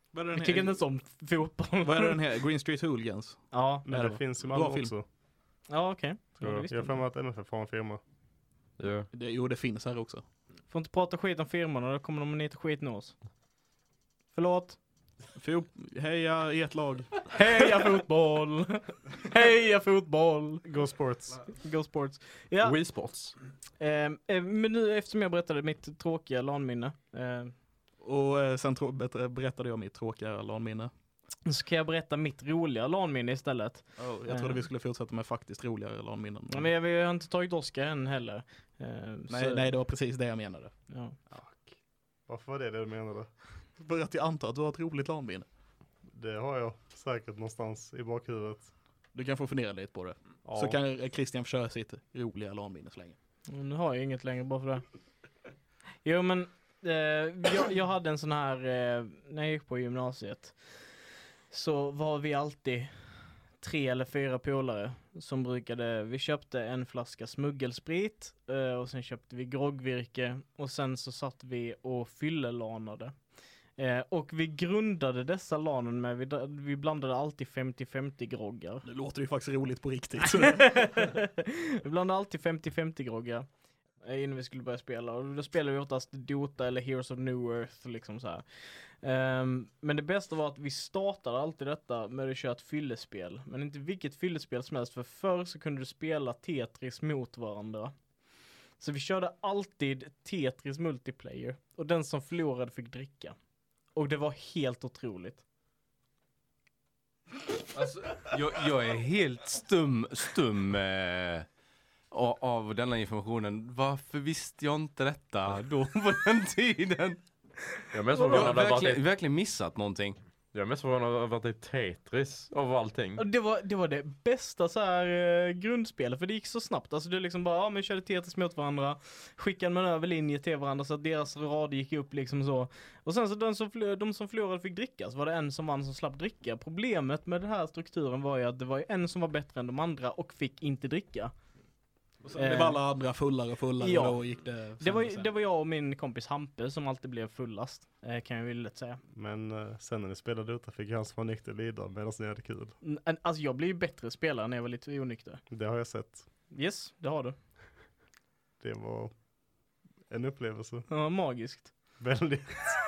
Vad är det Jag den tycker här? inte ens om fotboll. Vad är det den här? Green Street Hooligans? Ja, Men Är det det finns i bra Malmö film? också. ja okej. Ja, Tror det jag visste jag har för jag mig att M F F har en firma. Ja. Det, jo, det finns här också. Får inte prata skit om firman och då kommer de ner till skit med oss. Förlåt. Fot- Heja i ett lag. Heja fotboll! Heja fotboll! Go Sports. Go Sports. Ja, Wii Sports. eh, eh, men nu eftersom jag berättade mitt tråkiga LAN-minne eh, Och eh, sen tro- bet- berättade jag mitt tråkiga LAN-minne. så kan jag berätta mitt roliga LAN-minne istället. Oh, jag trodde vi skulle fortsätta med faktiskt roligare LAN-minnen. Ja, men vi har inte tagit Oscar än heller. Eh, nej, så, nej, det var precis det jag menade. Ja. Varför var det det du menade? För att jag antar att du har ett roligt LAN-minne. Det har jag säkert någonstans i bakhuvudet. Du kan få fundera lite på det. Ja. Så kan Christian försöka sitt roliga LAN-minne så länge. Nu har jag inget längre bara för det. Jo men eh, jag, jag hade en sån här eh, när jag gick på gymnasiet så var vi alltid tre eller fyra polare som brukade, vi köpte en flaska smuggelsprit eh, och sen köpte vi groggvirke och sen så satt vi och fyllelanade. Eh, och vi grundade dessa lanen med, vi, vi blandade alltid femtio femtio groggar. Nu låter det ju faktiskt roligt på riktigt. Vi blandade alltid femtio femtio groggar eh, innan vi skulle börja spela. Och då spelade vi oftast Dota eller Heroes of New Earth liksom så här. Um, men det bästa var att vi startade alltid detta med att köra ett fyllespel. Men inte vilket fyllespel som helst, för förr så kunde du spela Tetris mot varandra. Så vi körde alltid Tetris multiplayer. Och den som förlorade fick dricka. Och det var helt otroligt. Alltså, jag, jag är helt stum, stum eh, av, av denna informationen. Varför visste jag inte detta då på den tiden? Jag är mest Jag förvånad har över att verkligen, det, verkligen missat någonting. jag är mest förvånad över att det är Tetris av allting. Och det var det, var det bästa så här eh, grundspelet, för det gick så snabbt. Alltså du liksom bara, ja men körde Tetris mot varandra, skickade man över linje till varandra så att deras rad gick upp liksom så. Och sen så den som förlor, de som förlorade fick dricka, så var det en som vann som slapp dricka. Problemet med den här strukturen var ju att det var ju en som var bättre än de andra och fick inte dricka. Och sen blev alla andra fullare och fullare Ja. och då gick det Det var, ju- sen. det var jag och min kompis Hampe som alltid blev fullast, eh, kan jag väl lätt säga. Men eh, sen när ni spelade Dota fick han som var nykter lida medan ni hade kul. N- en- Alltså jag blev ju bättre spelare när jag var lite onykter. Det har jag sett. Yes, det har du. Det var en upplevelse. Ja, magiskt. Väldigt.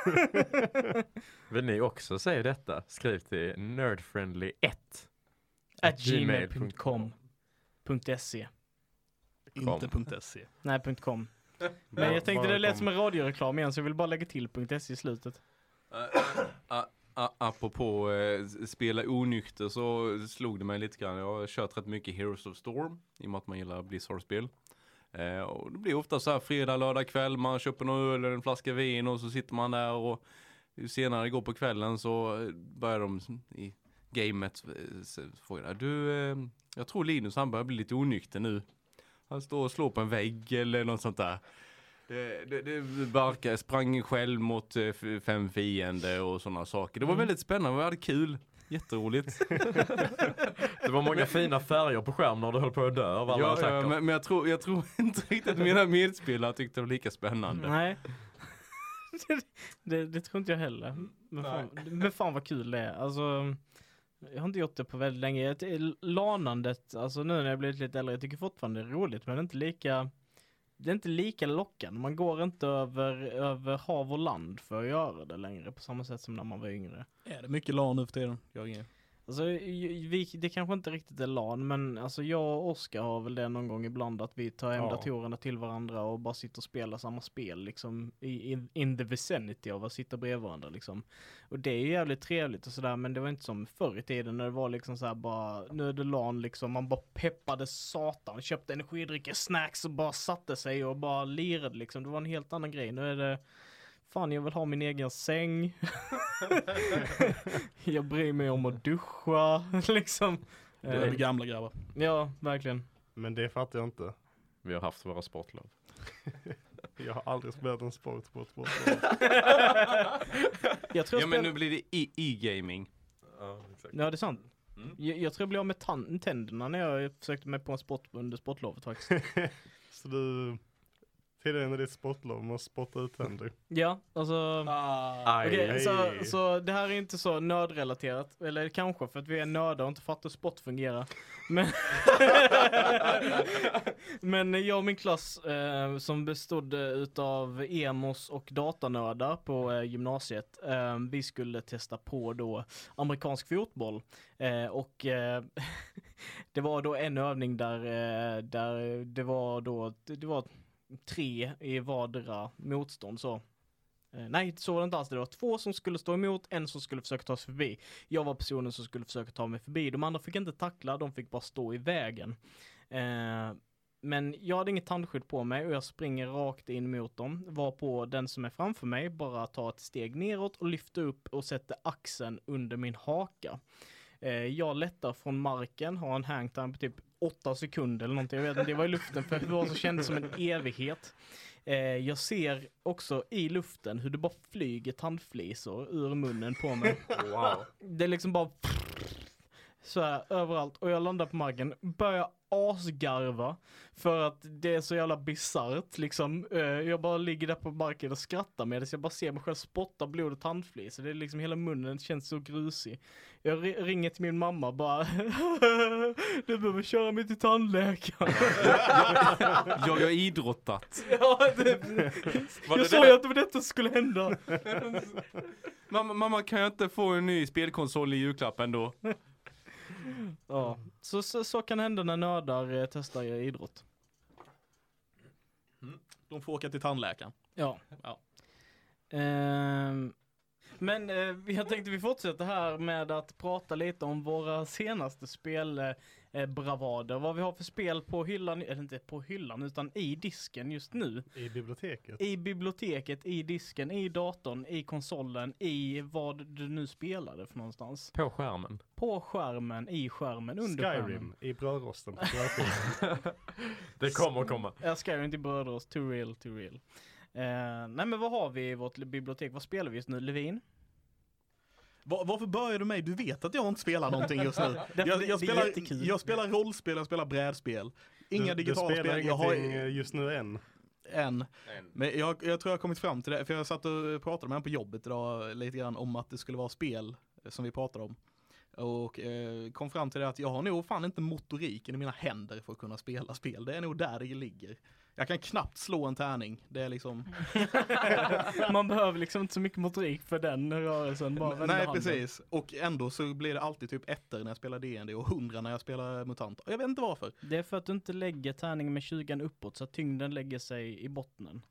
Vill ni också säga detta? Skriv till nerdfriendly ett At gmail punkt com punkt se. Inte punkt .se. Nej, .com. Men jag tänkte det lät som en radioreklam igen, så jag vill bara lägga till .se i slutet. Uh, uh, uh, apropå uh, spela onykter så slog det mig lite grann. Jag har kört rätt mycket Heroes of Storm i och med att man gillar Blizzard-spel. Uh, och det blir ofta så här fredag, lördag kväll, man köper någon öl eller en flaska vin och så sitter man där och senare igår på kvällen så börjar de i gamet fråga du, uh, jag tror Linus han börjar bli lite onykter nu. Han står och slår på en vägg eller något sånt där. Det, det, det barkade, sprang själv mot eh, f- fem fiender och sådana saker. Det var Mm. väldigt spännande, vi hade kul. Jätteroligt. Det var många fina färger på skärmen när du höll på att dö av alla ja, attacker. ja, men, men jag, tror, jag tror inte riktigt att mina medspelare tyckte det var lika spännande. Nej. det, det, det tror inte jag heller. Men fan, men fan vad kul det är. Alltså, jag har inte gjort det på väldigt länge. Jag- Lanandet, alltså nu när jag blivit lite äldre, jag tycker fortfarande det är roligt, men det är inte lika, det är inte lika lockande. Man går inte över, över hav och land för att göra det längre på samma sätt som när man var yngre. Är det mycket LAN nu för tiden? Jag har ingen. Alltså, vi, det kanske inte riktigt är LAN, men alltså jag och Oskar har väl det någon gång ibland att vi tar hem Ja. datorerna till varandra och bara sitter och spelar samma spel liksom i, in, in the vicinity av att sitta bredvid varandra liksom. Och det är ju jävligt trevligt och sådär, men det var inte som förr i tiden när det var liksom såhär bara, nu är det LAN liksom, man bara peppade satan, köpte energidrycker, snacks och bara satte sig och bara lirade liksom. Det var en helt annan grej. Nu är det fan, jag vill ha min egen säng. Jag bryr mig om att duscha, liksom. Det är Eh, det gamla grabbar. ja, verkligen. Men det fattar jag inte. Vi har haft våra sportlov. Jag har aldrig spelat en sport på ett sport. Jag tror Ja, jag men spel... nu blir det e- e-gaming. Ja, exakt. Ja, det är sant. Mm. Jag, jag tror jag blev av med tan- tänderna när jag försökte mig på en sport under sportlovet faktiskt. Så du Tydligen är det ett sportlov, man spottar ut tänder. Ja, alltså... Ah, Okej, Aj. så, så det här är inte så nördrelaterat. Eller kanske för att vi är nördar och inte fattar hur sport fungerar. Men, men jag och min klass eh, som bestod utav emos och datanördar på eh, gymnasiet. Eh, vi skulle testa på då amerikansk fotboll. Eh, och eh, det var då en övning där, eh, där det var då det var tre i vardera motstånd så. Eh, nej, så var det inte alls. Det var två som skulle stå emot, en som skulle försöka ta sig förbi. Jag var personen som skulle försöka ta mig förbi. De andra fick inte tackla, de fick bara stå i vägen. Eh, men jag hade inget tandskydd på mig och jag springer rakt in mot dem. Var på den som är framför mig, bara tar ett steg neråt och lyfter upp och sätter axeln under min haka. Eh, jag lättar från marken, har en hangtime på typ åtta sekunder eller någonting. Jag vet inte, det var i luften för det var så kändes som en evighet. Eh, jag ser också i luften hur det bara flyger tandflisor ur munnen på mig. Wow. Det är liksom bara så här överallt och jag landar på marken, börjar asgarva för att det är så jävla bizarrt liksom. Eh, jag bara ligger där på marken och skrattar med det, så jag bara ser mig själv spotta blod och tandflisor. Det är liksom hela munnen känns så grusig. Jag r- ringer till min mamma bara du behöver köra mig till tandläkaren. Jag har idrottat. Ja, det, Var jag det sa det? ju att det var detta skulle hända. Mamma, mamma, kan jag inte få en ny spelkonsol i julklappen då? Ja, så, så, så kan hända när nördar eh, testar idrott. De får åka till tandläkaren. Ja. Ja. Ehm, men eh, jag tänkte vi fortsätter här med att prata lite om våra senaste spelbravader. Eh, bravader. Vad vi har för spel på hyllan, eller inte på hyllan utan i disken just nu. I biblioteket. I biblioteket, i disken, i datorn, i konsolen, i vad du nu spelade för någonstans. På skärmen. På skärmen, i skärmen, under skärmen. Skyrim i brödrosten på brödskivan. Det kommer komma. Jag Skyrim inte brödros, too real, too real. Eh, nej men vad har vi i vårt bibliotek? Vad spelar vi just nu? Levin? Var, varför börjar du mig? Du vet att jag inte spelar någonting just nu. Det- Jag, jag, det är spelar, jättekul. jag spelar rollspel, jag spelar brädspel. Inga du, digitala du spelar spel. Jag ingenting har just nu än. en. Men jag, jag tror jag har kommit fram till det, för jag satt och pratade med en på jobbet idag lite grann om att det skulle vara spel som vi pratade om. Och eh, kom fram till det att jag har nog fan inte motoriken i mina händer för att kunna spela spel. Det är nog där det ligger. Jag kan knappt slå en tärning. Det är liksom... Man behöver liksom inte så mycket motorik för den rörelsen. Bara vända Nej, handen. precis. Och ändå så blir det alltid typ ettor när jag spelar D and D och hundra när jag spelar MUTANT. Och jag vet inte varför. Det är för att du inte lägger tärningen med tjugo uppåt så att tyngden lägger sig i bottnen.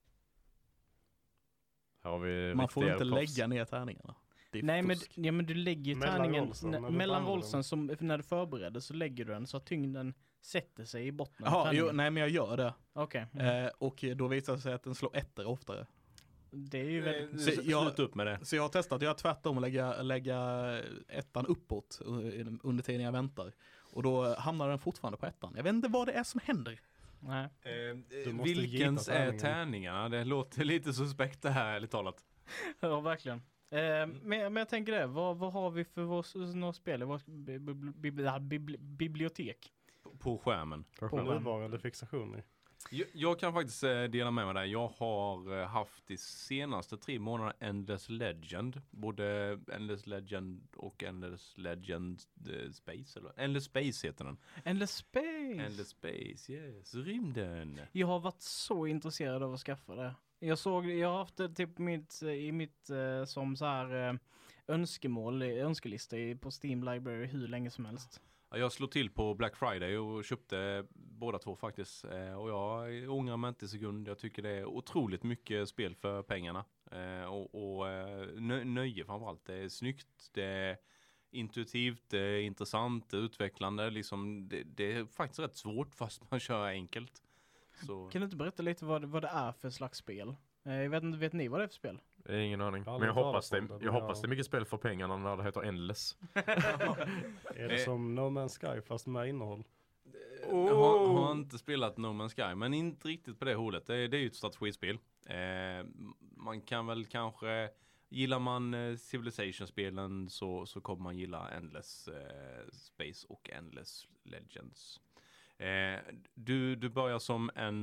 Här har vi Man får riktiga inte proffs. lägga ner tärningarna. Det är Nej men, fusk. ja, men du lägger ju Mellan tärningen rollsen, nä- när du mellan använder rollsen den. som när du förbereder så lägger du den så att tyngden sätter sig i botten. av Jaha, jo, tärningen. nej men jag gör det. Okej. Eh, och då visar det sig att den slår ettor oftare. Det är ju väldigt... Så jag- Sluta upp med det. Så jag har testat, jag har tvärtom att lägga, lägga ettan uppåt uh, under tiden jag väntar. Och då hamnar den fortfarande på ettan. Jag vet inte vad det är som händer. Nej. Eh, måste Vilkens gita är tärningen. tärningarna? Det låter lite suspekt det här, ärligt talat. Ja, verkligen. Eh, men, men jag tänker det, vad, vad har vi för vår, några spel i vårt bi- bi- bi- bi- bibliotek? På skärmen. På På skärmen. Nuvarande fixationer. Jag, jag kan faktiskt eh, dela med mig där. Jag har eh, haft de senaste tre månaderna Endless Legend. Både Endless Legend och Endless Legend eh, Space. Eller? Endless Space heter den. Endless Space! Endless Space, yes. Rymden. Jag har varit så intresserad av att skaffa det. Jag såg, jag har haft det typ mitt, i mitt eh, som så här eh, önskemål, önskelista i- på Steam Library hur länge som helst. Ja, jag slog till på Black Friday och köpte båda två faktiskt. Eh, och jag ångrar mig inte en sekund. Jag tycker det är otroligt mycket spel för pengarna. Eh, och och eh, nö- nöje framförallt. Det är snyggt, det är intuitivt, det är intressant, det är utvecklande. Liksom, det, det är faktiskt rätt svårt fast man kör enkelt. Så. Kan du inte berätta lite vad, det- vad det är för slags spel? Eh, jag vet inte, vet ni vad det är för spel? Det är ingen aning. Jag har Men jag aldrig hoppas, det, talat om det, jag men hoppas jag- det är mycket spel för pengarna när det heter Endless. Är det Eh. som No Man's Sky fast med innehåll? Jag har, har inte spelat No Man's Sky, men inte riktigt på det hållet. Det, är- det är ju ett strategispel. Eh, man kan väl kanske, gillar man eh, Civilization-spelen så, så kommer man gilla Endless eh, Space och Endless Legends. Eh, du, du börjar som en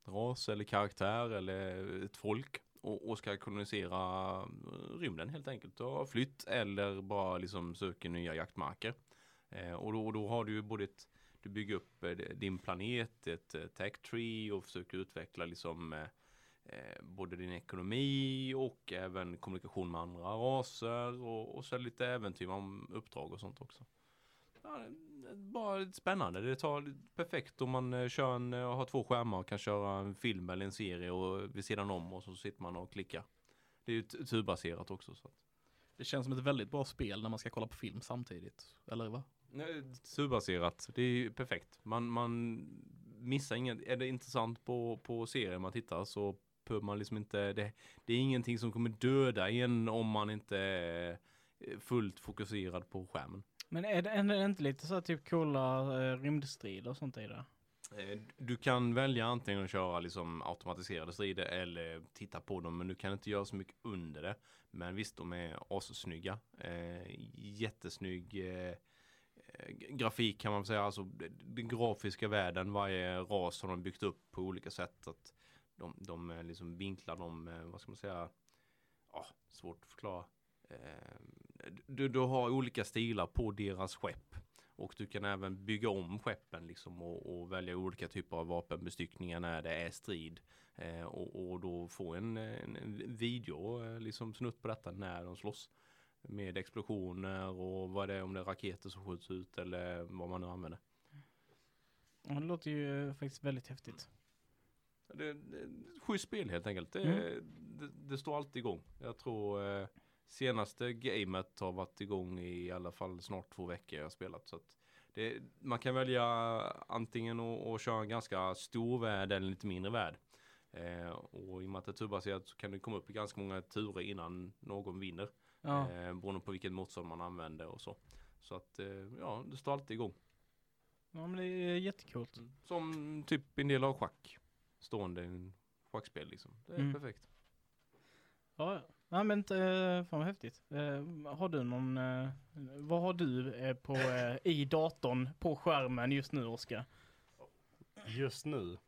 ras eller karaktär eller ett folk och, och ska kolonisera rymden helt enkelt. Och flytt eller bara liksom söker nya jaktmarker. Eh, och, då, och då har du ju både ett, du bygger upp eh, din planet, ett eh, tech tree och försöker utveckla liksom eh, eh, både din ekonomi och även kommunikation med andra raser och, och så lite äventyr om uppdrag och sånt också. Ja, det är bara spännande. Det tar perfekt om man eh, kör en, har två skärmar och kan köra en film eller en serie och vid sidan om och så sitter man och klickar. Det är ju t- turbaserat också. Så. Det känns som ett väldigt bra spel när man ska kolla på film samtidigt. Eller va? Nej, turbaserat. Det är ju perfekt. Man, man missar inget. Är det intressant på, på serien man tittar så behöver man liksom inte. Det, det är ingenting som kommer döda en om man inte är fullt fokuserad på skärmen. Men är det, är det inte lite så här typ coola eh, rymdstrider och sånt i det? Eh, Du kan välja antingen att köra liksom automatiserade strider eller titta på dem, men du kan inte göra så mycket under det. Men visst, de är assnygga. Eh, jättesnygg eh, grafik kan man säga. Alltså den grafiska världen, varje ras har de byggt upp på olika sätt. Att de, de är liksom vinklar dem, eh, vad ska man säga, ah, svårt att förklara. Eh, du, du har olika stilar på deras skepp. Och du kan även bygga om skeppen liksom och, och välja olika typer av vapenbestyckningar när det är strid. Eh, och, och då få en, en, en video eh, liksom snutt på detta när de slåss. Med explosioner och vad det är, om det är raketer som skjuts ut eller vad man nu använder. Ja, det låter ju faktiskt väldigt häftigt. Det, det, sju spel helt enkelt. Det, Mm. det, det står alltid igång. Jag tror eh, senaste gamet har varit igång i alla fall snart två veckor jag har spelat. Så att det, man kan välja antingen att, att köra en ganska stor värld eller en lite mindre värld. Eh, och i och med att det är turbaserat så kan det komma upp i ganska många turer innan någon vinner. Ja. Eh, beroende på vilken motstånd man använder och så. Så att eh, ja, det står alltid igång. Ja, men det är jättekult. Som typ en del av schack. Stående i en schackspel liksom. Det är Mm. perfekt. Ja, ja. Ja, men äh, fan vad häftigt. Uh, har du någon, uh, vad har du uh, på, uh, i datorn på skärmen just nu, Oskar? Just nu,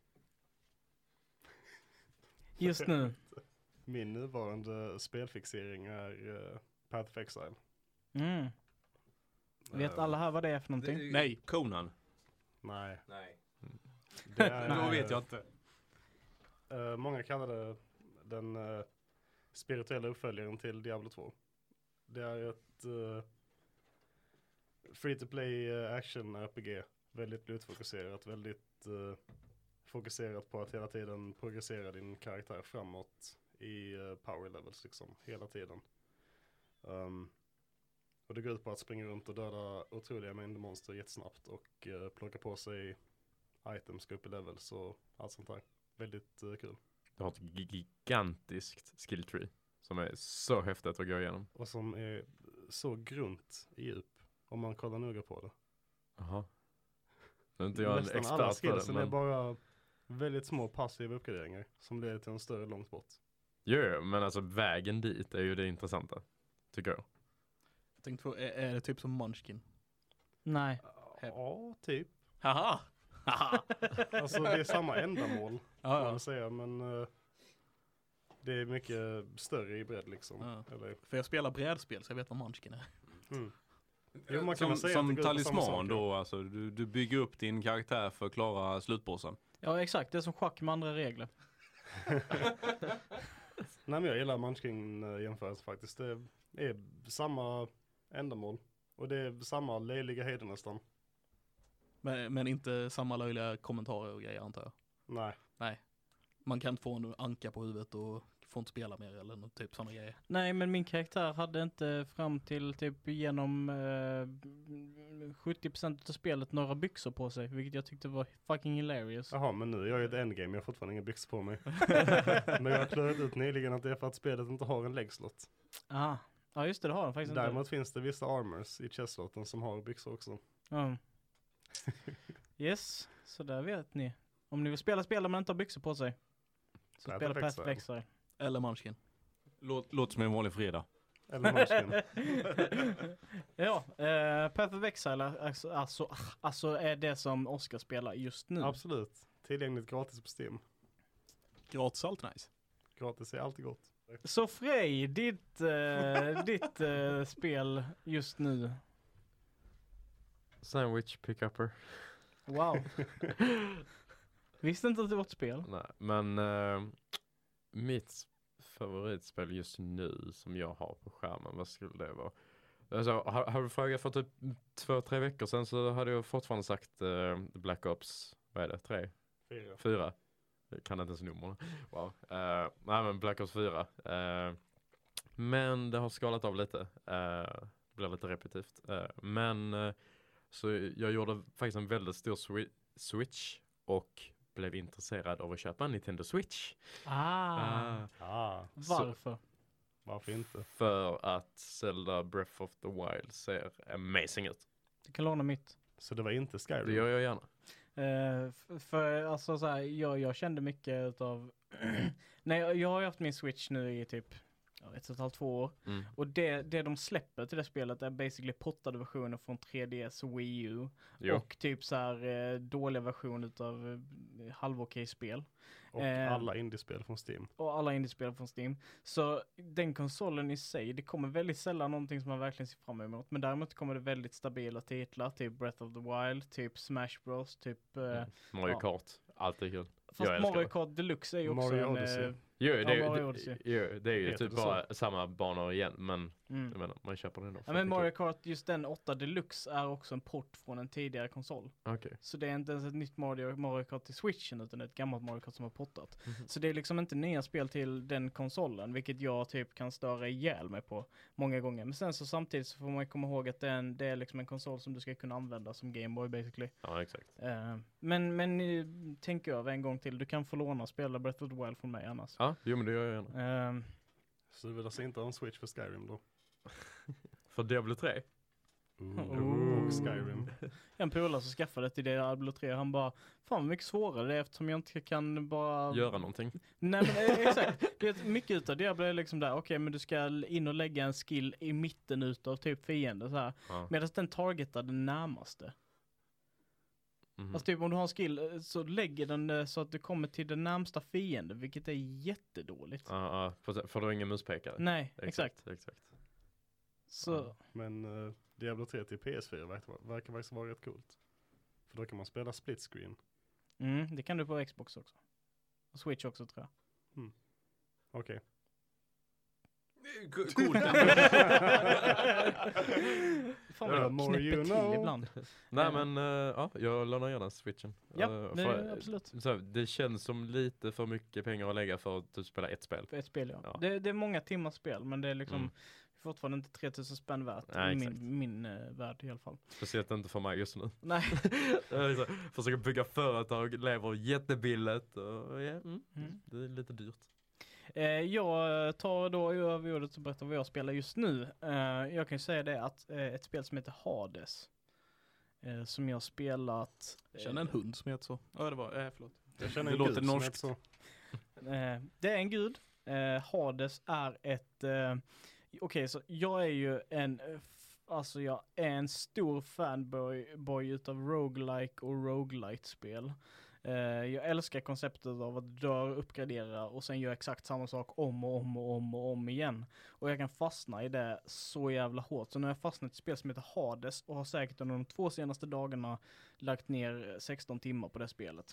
Just nu. min nuvarande spelfixering är uh, Path of Exile. Mm. Vet Eh, alla här vad det är för någonting? Nej. Conan. Nej. Nej. Det är, Då vet jag inte. Uh, många kallar det den uh, spirituella uppföljaren till Diablo två. Det är ett uh, free-to-play uh, action-R P G. Väldigt lootfokuserat, väldigt uh, fokuserat på att hela tiden progressera din karaktär framåt i uh, power levels liksom, hela tiden. Um, och det går ut på att springa runt och döda otroliga mängder monster jättesnabbt och uh, plocka på sig items, gå upp i levels och allt sånt där. Väldigt uh, kul. Du har ett gigantiskt skill tree som är så häftigt att gå igenom. Och som är så grunt i djup om man kollar noga på det. Jaha. Nu är inte jag en Nästan alla expert på det, skillsen är men... bara väldigt små passiva uppgraderingar som leder till en större långt bort. Jo, jo, men alltså vägen dit är ju det intressanta, tycker jag. Jag tänkte på, är, är det typ som Munchkin? Nej. Ja, typ. Haha! Haha! Alltså det är samma ändamål, kan Ja, man ja. väl säga, men uh, det är mycket större i bredd liksom. Ja. Eller, För jag spelar brädspel så jag väl vad Munchkin är. mm. Jo, man kan Som, väl säga att som det går ut på samma talisman saker. då, alltså du, du bygger upp din karaktär för att klara slutbossen. Ja, exakt. Det är som schack med andra regler. Nej, men jag gillar Munchkin-jämförelse faktiskt. Det är samma ändamål. Och det är samma löjliga höjder nästan. Men, men inte samma löjliga kommentarer och grejer antar jag. Nej. Nej. Man kan inte få en anka på huvudet och får inte spela mer eller något typ sådana grejer. Nej, men min karaktär hade inte fram till typ genom eh, sjuttio procent av spelet några byxor på sig, vilket jag tyckte var fucking hilarious. Jaha, men nu är jag i ett endgame. Jag har fortfarande inga byxor på mig. Men jag har klarat ut nyligen att det är för att spelet inte har en läggslott. Aha. Ja, just det, det har den faktiskt Däremot inte. finns det vissa armors i chestslotten som har byxor också. Ja. Yes, så där vet ni. Om ni vill spela spel där man inte har byxor på sig, så Path spela of Path Exile. of Exile. Eller Munchkin. Låt, låt som en vanlig fredag. Eller Munchkin. Ja, eh, Path of Exile alltså, alltså, alltså är det som Oskar spelar just nu. Absolut. Tillgängligt gratis på Steam. Gratis allt nice. Gratis är alltid gott. Så Frej, ditt, eh, ditt eh, spel just nu. Sandwich pickupper. Wow. Visste inte att det var ett spel. Nej, men uh, mitt favoritspel just nu som jag har på skärmen, vad skulle det vara? Alltså, har, har du frågat för typ två, tre veckor sedan så hade jag fortfarande sagt uh, Black Ops, vad är det, tre? Fyra. Fyra. Jag kan inte ens numren. Wow. Uh, nej men Black Ops fyra. Uh, men det har skalat av lite. Uh, det blir lite repetitivt. Uh, men uh, så jag gjorde faktiskt en väldigt stor swi- switch och blev intresserad av att köpa en Nintendo Switch. Ah. Uh, Ah, Varför? varför inte? för att Zelda Breath of the Wild ser amazing ut. Du kan låna mitt. Så det var inte Det Skyrim? gör jag gärna. Uh, f- för alltså så här, jag, jag kände mycket av nej, jag, jag har ju haft min Switch nu i typ ja, ett och ett halvt, två år. Mm. Och det, det de släpper till det spelet är basically pottade versioner från tre D S och Wii U. Jo. Och typ så här eh, dåliga versioner av eh, halvokej spel. Och Eh. alla indiespel från Steam. Och alla indiespel från Steam. Så den konsolen i sig, det kommer väldigt sällan någonting som man verkligen ser fram emot. Men däremot kommer det väldigt stabila titlar, typ Breath of the Wild, typ Smash Bros, typ... Eh, Mm. Mario ja. Kart, alltid kul. Fast Jag älskar Mario det. Kart Deluxe är ju också Mario en... Odyssey. Eh, Jo, det, Ja, är- Mario det, Odyssey. jo, det är ju Heter typ det så? bara samma banor igen, men mm. jag menar, man köper den då. Ja, men Mario Kart, just den åtta Deluxe är också en port från en tidigare konsol. Okej. Så det är inte ens ett nytt Mario, Mario Kart till Switchen utan ett gammalt Mario Kart som har portat. Mhm. Så det är liksom inte nya spel till den konsolen, vilket jag typ kan störa ihjäl mig på många gånger. Men sen så samtidigt så får man komma ihåg att det är, en, det är liksom en konsol som du ska kunna använda som Game Boy basically. Ja, exakt. Uh, men men uh, tänk över en gång till, du kan få låna och spela Breath of the Wild från mig annars. Ja, jo men det gör jag gärna. Uh, Så du vill alltså inte ha en Switch för Skyrim då? För Diablo tre? Oh. Och Skyrim. En polare som skaffade till Diablo tre, han bara, fan vad mycket svårare det är eftersom jag inte kan bara... Göra någonting. Nej men eh, exakt, det är mycket utav Diablo är liksom där, okej okay, men du ska in och lägga en skill i mitten utav typ fienden så här. Ja. Medan den targetar den närmaste. Mhm. Alltså typ om du har en skill eh, så lägger den eh, så att du kommer till den närmsta fienden, vilket är jättedåligt. Ja, ja, för, för du har ingen muspekare. Nej, exakt. Exakt, exakt. Så, Ja. Men uh, Diablo tre till P S fyra verkar, verkar faktiskt vara rätt coolt. För då kan man spela split screen. mm, det kan du på Xbox också. Och Switch också tror jag. Okej. Coolt. Fan Ja, vad more knäpper you till know. ibland. Nej Eh. men, uh, ja, jag lånar gärna switchen. Ja, Eh, det för- är absolut. Så, det känns som lite för mycket pengar att lägga för att typ spela ett spel. För ett spel ja. Ja. Det, det är många timmars spel men det är liksom Mm. fortfarande inte tre tusen spänn värt Nej, i exakt. min, min uh, värld i alla fall. Speciellt inte för mig just nu. Nej. Jag är så, försöker bygga företag, lever jättebilligt och ja, mm, Mm. det är lite dyrt. Eh, jag tar då över ordet och berättar vad jag spelar just nu. Eh, jag kan ju säga det att eh, ett spel som heter Hades eh, som jag har spelat. Jag känner en hund som heter så. Ja, det var, eh, förlåt. Jag känner Det en låter gud som norskt. heter så. Eh, det är en gud. Eh, Hades är ett... Eh, Okej, okay, så jag är ju en... eh, f- Alltså jag är en stor fanboy boy utav roguelike och roguelite-spel. Eh, jag älskar konceptet av att dö, uppgradera och sen göra exakt samma sak om och om och om och om igen. Och jag kan fastna i det så jävla hårt. Så nu har jag fastnat i ett spel som heter Hades och har säkert under de två senaste dagarna lagt ner sexton timmar på det spelet.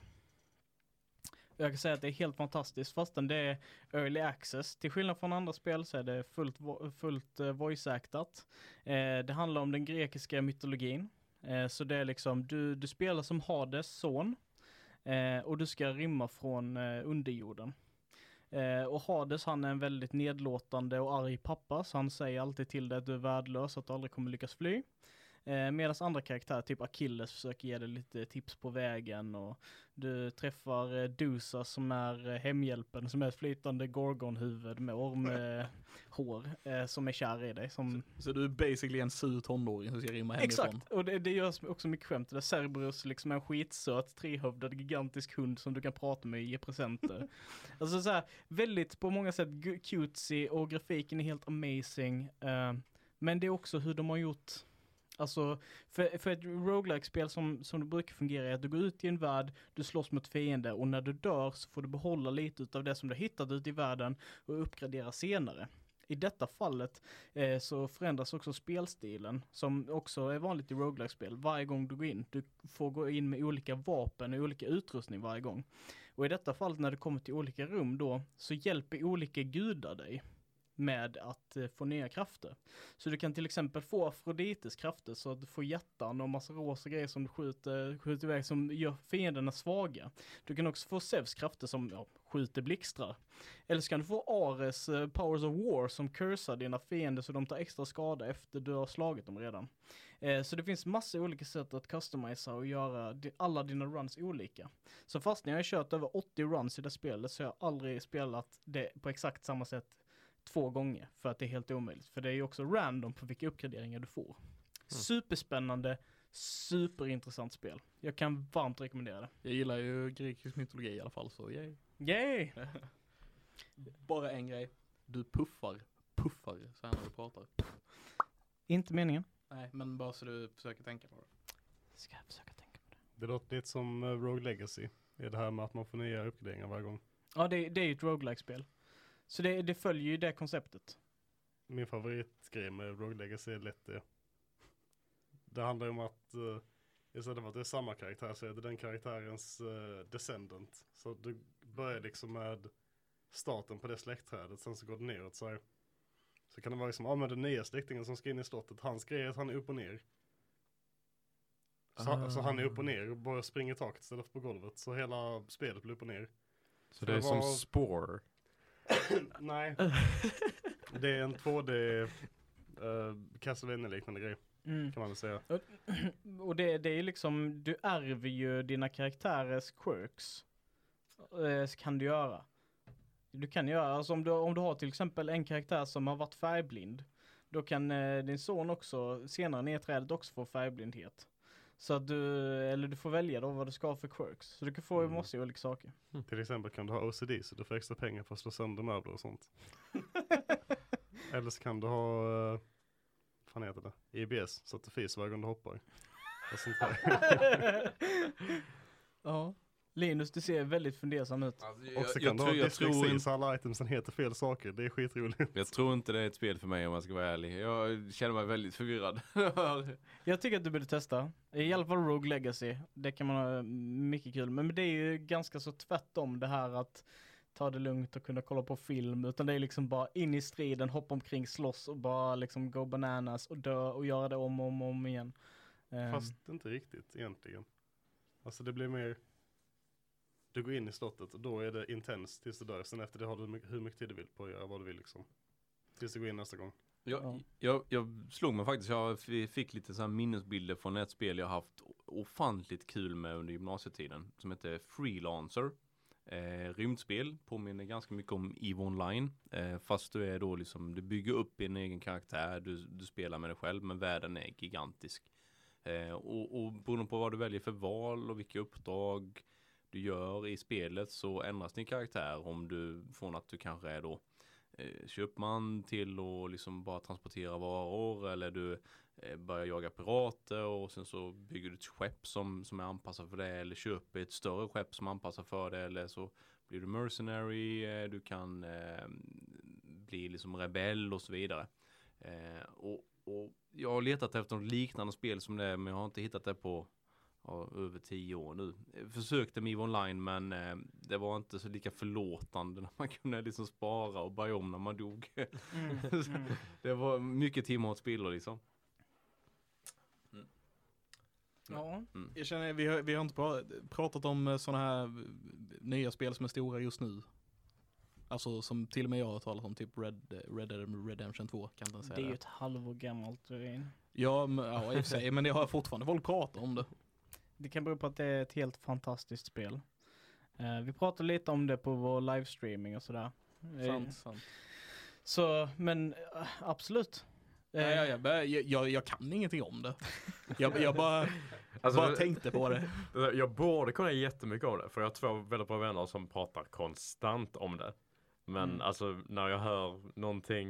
Jag kan säga att det är helt fantastiskt fastän det är early access. Till skillnad från andra spel så är det fullt, vo- fullt uh, voice-actat. Eh, det handlar om den grekiska mytologin. Eh, så det är liksom, du, du spelar som Hades son. Eh, och du ska rymma från eh, underjorden. Eh, och Hades han är en väldigt nedlåtande och arg pappa. Så han säger alltid till dig att du är värdelös, att du aldrig kommer lyckas fly. Eh, Medan andra karaktärer, typ Achilles, försöker ge dig lite tips på vägen och du träffar eh, Dusa som är eh, hemhjälpen, som är ett flytande gorgonhuvud med ormhår eh, som är kär i dig. Som... Så du är basically en sur tonåring som ska rymma hemifrån. Exakt, och det, det görs också mycket skämt. Det är Cerberus liksom en skitsöt, trehövdad, gigantisk hund som du kan prata med och ge presenter. Alltså så här, väldigt på många sätt gu- cutesy och grafiken är helt amazing. Eh, men det är också hur de har gjort Alltså, för, för ett roguelike-spel som, som det brukar fungera är att du går ut i en värld, du slåss mot fiender och när du dör så får du behålla lite av det som du hittat ut i världen och uppgradera senare. I detta fallet eh, så förändras också spelstilen som också är vanligt i roguelike-spel. Varje gång du går in, du får gå in med olika vapen och olika utrustning varje gång. Och i detta fallet när du kommer till olika rum då så hjälper olika gudar dig med att eh, få nya krafter. Så du kan till exempel få Afrodites krafter så att du får hjärtan och massa rosa grejer som du skjuter, skjuter iväg som gör fienderna svaga. Du kan också få Zeus krafter som ja, skjuter blixtrar. Eller så kan du få Ares uh, Powers of War som cursar dina fiender så de tar extra skada efter du har slagit dem redan. Eh, så det finns massa olika sätt att customisa och göra di- alla dina runs olika. Så fast när jag har kört över åttio runs i det spelet så har jag aldrig spelat det på exakt samma sätt två gånger för att det är helt omöjligt. För det är ju också random på vilka uppgraderingar du får. Mm. Superspännande, superintressant spel. Jag kan varmt rekommendera det. Jag gillar ju grekisk mytologi i alla fall, så yay. Yay! Bara en grej. Du puffar, puffar så här när du pratar. Inte meningen. Nej, men bara så du försöker tänka på det. Ska jag försöka tänka på det. Det låter lite som uh, Rogue Legacy. Är det här med att man får nya uppgraderingar varje gång. Ja, det, det är ju ett roguelike-spel. Så det, det följer ju det konceptet. Min favoritgrej med Rogue Legacy är lätt det. Det handlar om att uh, istället för att det är samma karaktär så är det den karaktärens uh, descendant. Så du börjar liksom med starten på det släktträdet, sen så går det neråt så här. Så kan det vara liksom, ja men den nya släktingen som ska in i slottet, hans grej är att han är upp och ner. Så, Ah. så han är upp och ner och bara springer i taket istället för på golvet. Så hela spelet blir upp och ner. Så det är det som var- Spore. Nej. Det är en två D uh, Castlevania-liknande grej Mm. kan man väl säga. Och det, det är liksom, du ärver ju dina karaktärers quirks. Eh, så kan du göra. Du kan göra, alltså om du, om du har till exempel en karaktär som har varit färgblind. Då kan eh, din son också senare ner i trädet också få färgblindhet. Så att du, eller du får välja då vad du ska ha för quirks. Så du kan få Mm. massa olika saker. Till exempel kan du ha O C D så du får extra pengar för att slå sönder möbler och sånt. Eller så kan du ha, uh, vad fan heter det? I B S så att du fiser varje gång du hoppar. Och sånt där. Ja. Linus, du ser väldigt fundersam ut. Alltså, Och så jag, kan jag, du tror, ha jag, tror dyslexi inte, så alla itemsen heter fel saker. Det är skitroligt. jag tror inte det är ett spel för mig om jag ska vara ärlig. Jag känner mig väldigt förvirrad. Jag tycker att du borde testa. I alla fall Rogue Legacy. Det kan man ha mycket kul. Men det är ju ganska så tvärtom det här att ta det lugnt och kunna kolla på film. Utan det är liksom bara in i striden, hoppa omkring, slåss och bara liksom go bananas och dö och göra det om och om, och om igen. Um, Fast inte riktigt egentligen. Alltså det blir mer, du går in i slottet och då är det intens tills du dör. Sen efter det har du my- hur mycket tid du vill på att göra vad du vill liksom. Tills du går in nästa gång. Ja. Jag, jag, jag slog mig faktiskt, jag f- fick lite så här minnesbilder från ett spel jag haft ofantligt kul med under gymnasietiden. Som heter Freelancer. Eh, rymdspel, påminner ganska mycket om EVE Online. Eh, fast du är då liksom, du bygger upp en egen karaktär, du, du spelar med dig själv, men världen är gigantisk. Eh, och, och beroende på vad du väljer för val och vilka uppdrag du gör i spelet så ändras din karaktär om du från att du kanske är då eh, köpman till att liksom bara transportera varor eller du eh, börjar jaga pirater och sen så bygger du ett skepp som, som är anpassat för det eller köper ett större skepp som är anpassat för det eller så blir du mercenary, eh, du kan eh, bli liksom rebell och så vidare. Eh, och, och jag har letat efter något liknande spel som det men jag har inte hittat det på ja, över tio år nu. Jag försökte med EVE Online men eh, det var inte så lika förlåtande när man kunde liksom spara och börja om när man dog. mm, mm. Det var mycket timmar att spela liksom. Mm. Ja. Mm. Jag känner, vi har, vi har inte pra- pratat om sådana här nya spel som är stora just nu. Alltså som till och med jag har talat om, typ Red, Red Dead Redemption två, kan inte säga Det är ju det. ett halvår gammalt. Ja, men, ja, i och för sig, men det har fortfarande folk pratat om det. Det kan bero på att det är ett helt fantastiskt spel. Eh, vi pratade lite om det på vår livestreaming och sådär. Eh, Sant, sant. Så, men eh, absolut. Eh, Nej, jag, jag, jag, jag, jag kan ingenting om det. Jag, jag bara, Alltså, bara det- tänkte på det. Jag borde kunna jättemycket om det. För jag har två väldigt bra vänner som pratar konstant om det. Men Mm. alltså när jag hör någonting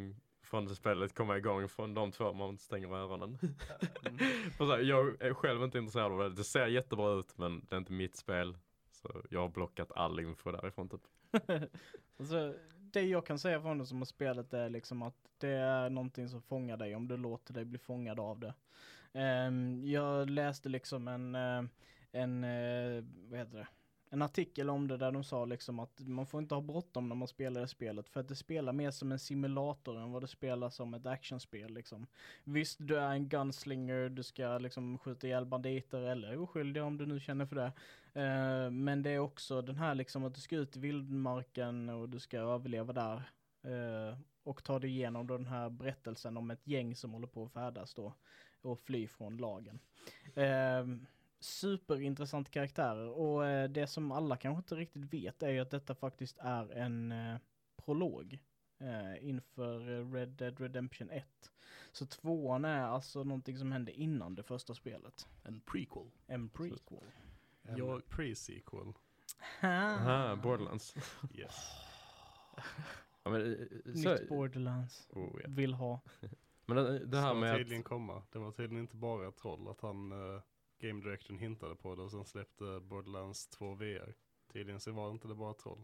från det spelet komma igång från de två man stänger öronen. Mm. så här, jag är själv inte intresserad av det. Det ser jättebra ut men det är inte mitt spel. Så jag har blockat all info därifrån typ. Alltså, det jag kan säga från det som har spelet är liksom att det är någonting som fångar dig om du låter dig bli fångad av det. Um, jag läste liksom en, uh, en uh, vad heter det? En artikel om det där de sa liksom att man får inte ha bråttom när man spelar det spelet för att det spelar mer som en simulator än vad det spelar som ett actionspel liksom. Visst, du är en gunslinger, du ska liksom skjuta ihjäl banditer eller oskyldiga om du nu känner för det. Uh, men det är också den här liksom att du ska ut i vildmarken och du ska överleva där uh, och ta dig igenom då den här berättelsen om ett gäng som håller på att färdas då och fly från lagen. Uh, superintressant karaktärer och eh, det som alla kanske inte riktigt vet är ju att detta faktiskt är en eh, prolog eh, inför Red Dead Redemption ett. Så tvåan är alltså någonting som hände innan det första spelet. En prequel. En prequel. En Jag- pre-sequel. Aha, Borderlands. Yes. ja, men, eh, så, Nytt Borderlands. oh, ja. Vill ha. Men det, det här Ska med tydligen att, komma. Det var tydligen inte bara ett troll att han uh, Game Direction hintade på det och sen släppte Borderlands två V R. Tydligen så var inte det bara ett troll.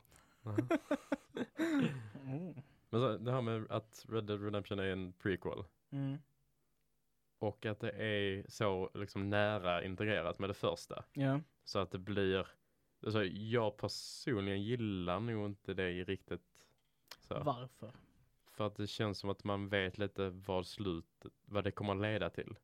Mm. men så, det här med att Red Dead Redemption är en prequel Mm. och att det är så liksom nära integrerat med det första. Ja. Så att det blir, alltså, jag personligen gillar nog inte det riktigt så. Varför? För att det känns som att man vet lite vad slutet, vad det kommer att leda till.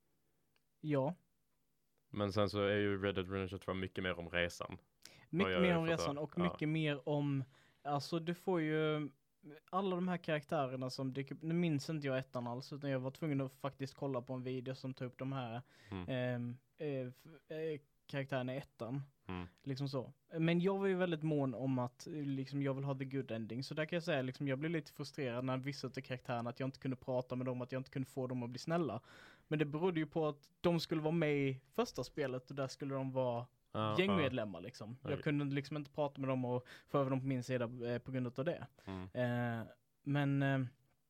Ja. Men sen så är ju Red Dead Redemption två mycket mer om resan. Mycket jag mer har om fått resan det. och Ja. mycket mer om, alltså du får ju alla de här karaktärerna som dyker upp, nu minns inte jag ettan alls utan jag var tvungen att faktiskt kolla på en video som tog upp de här Mm. ehm, eh, f- eh, karaktärerna i ettan. Mm. Liksom så. Men jag var ju väldigt mån om att eh, liksom, jag vill ha the good ending. Så där kan jag säga, liksom, jag blev lite frustrerad när vissa av karaktärerna att jag inte kunde prata med dem, att jag inte kunde få dem att bli snälla. Men det berodde ju på att de skulle vara med i första spelet och där skulle de vara Ja, gängmedlemmar liksom. Jag Okej. kunde liksom inte prata med dem och få över dem på min sida eh, på grund av det. ja. Mm. Eh, men eh,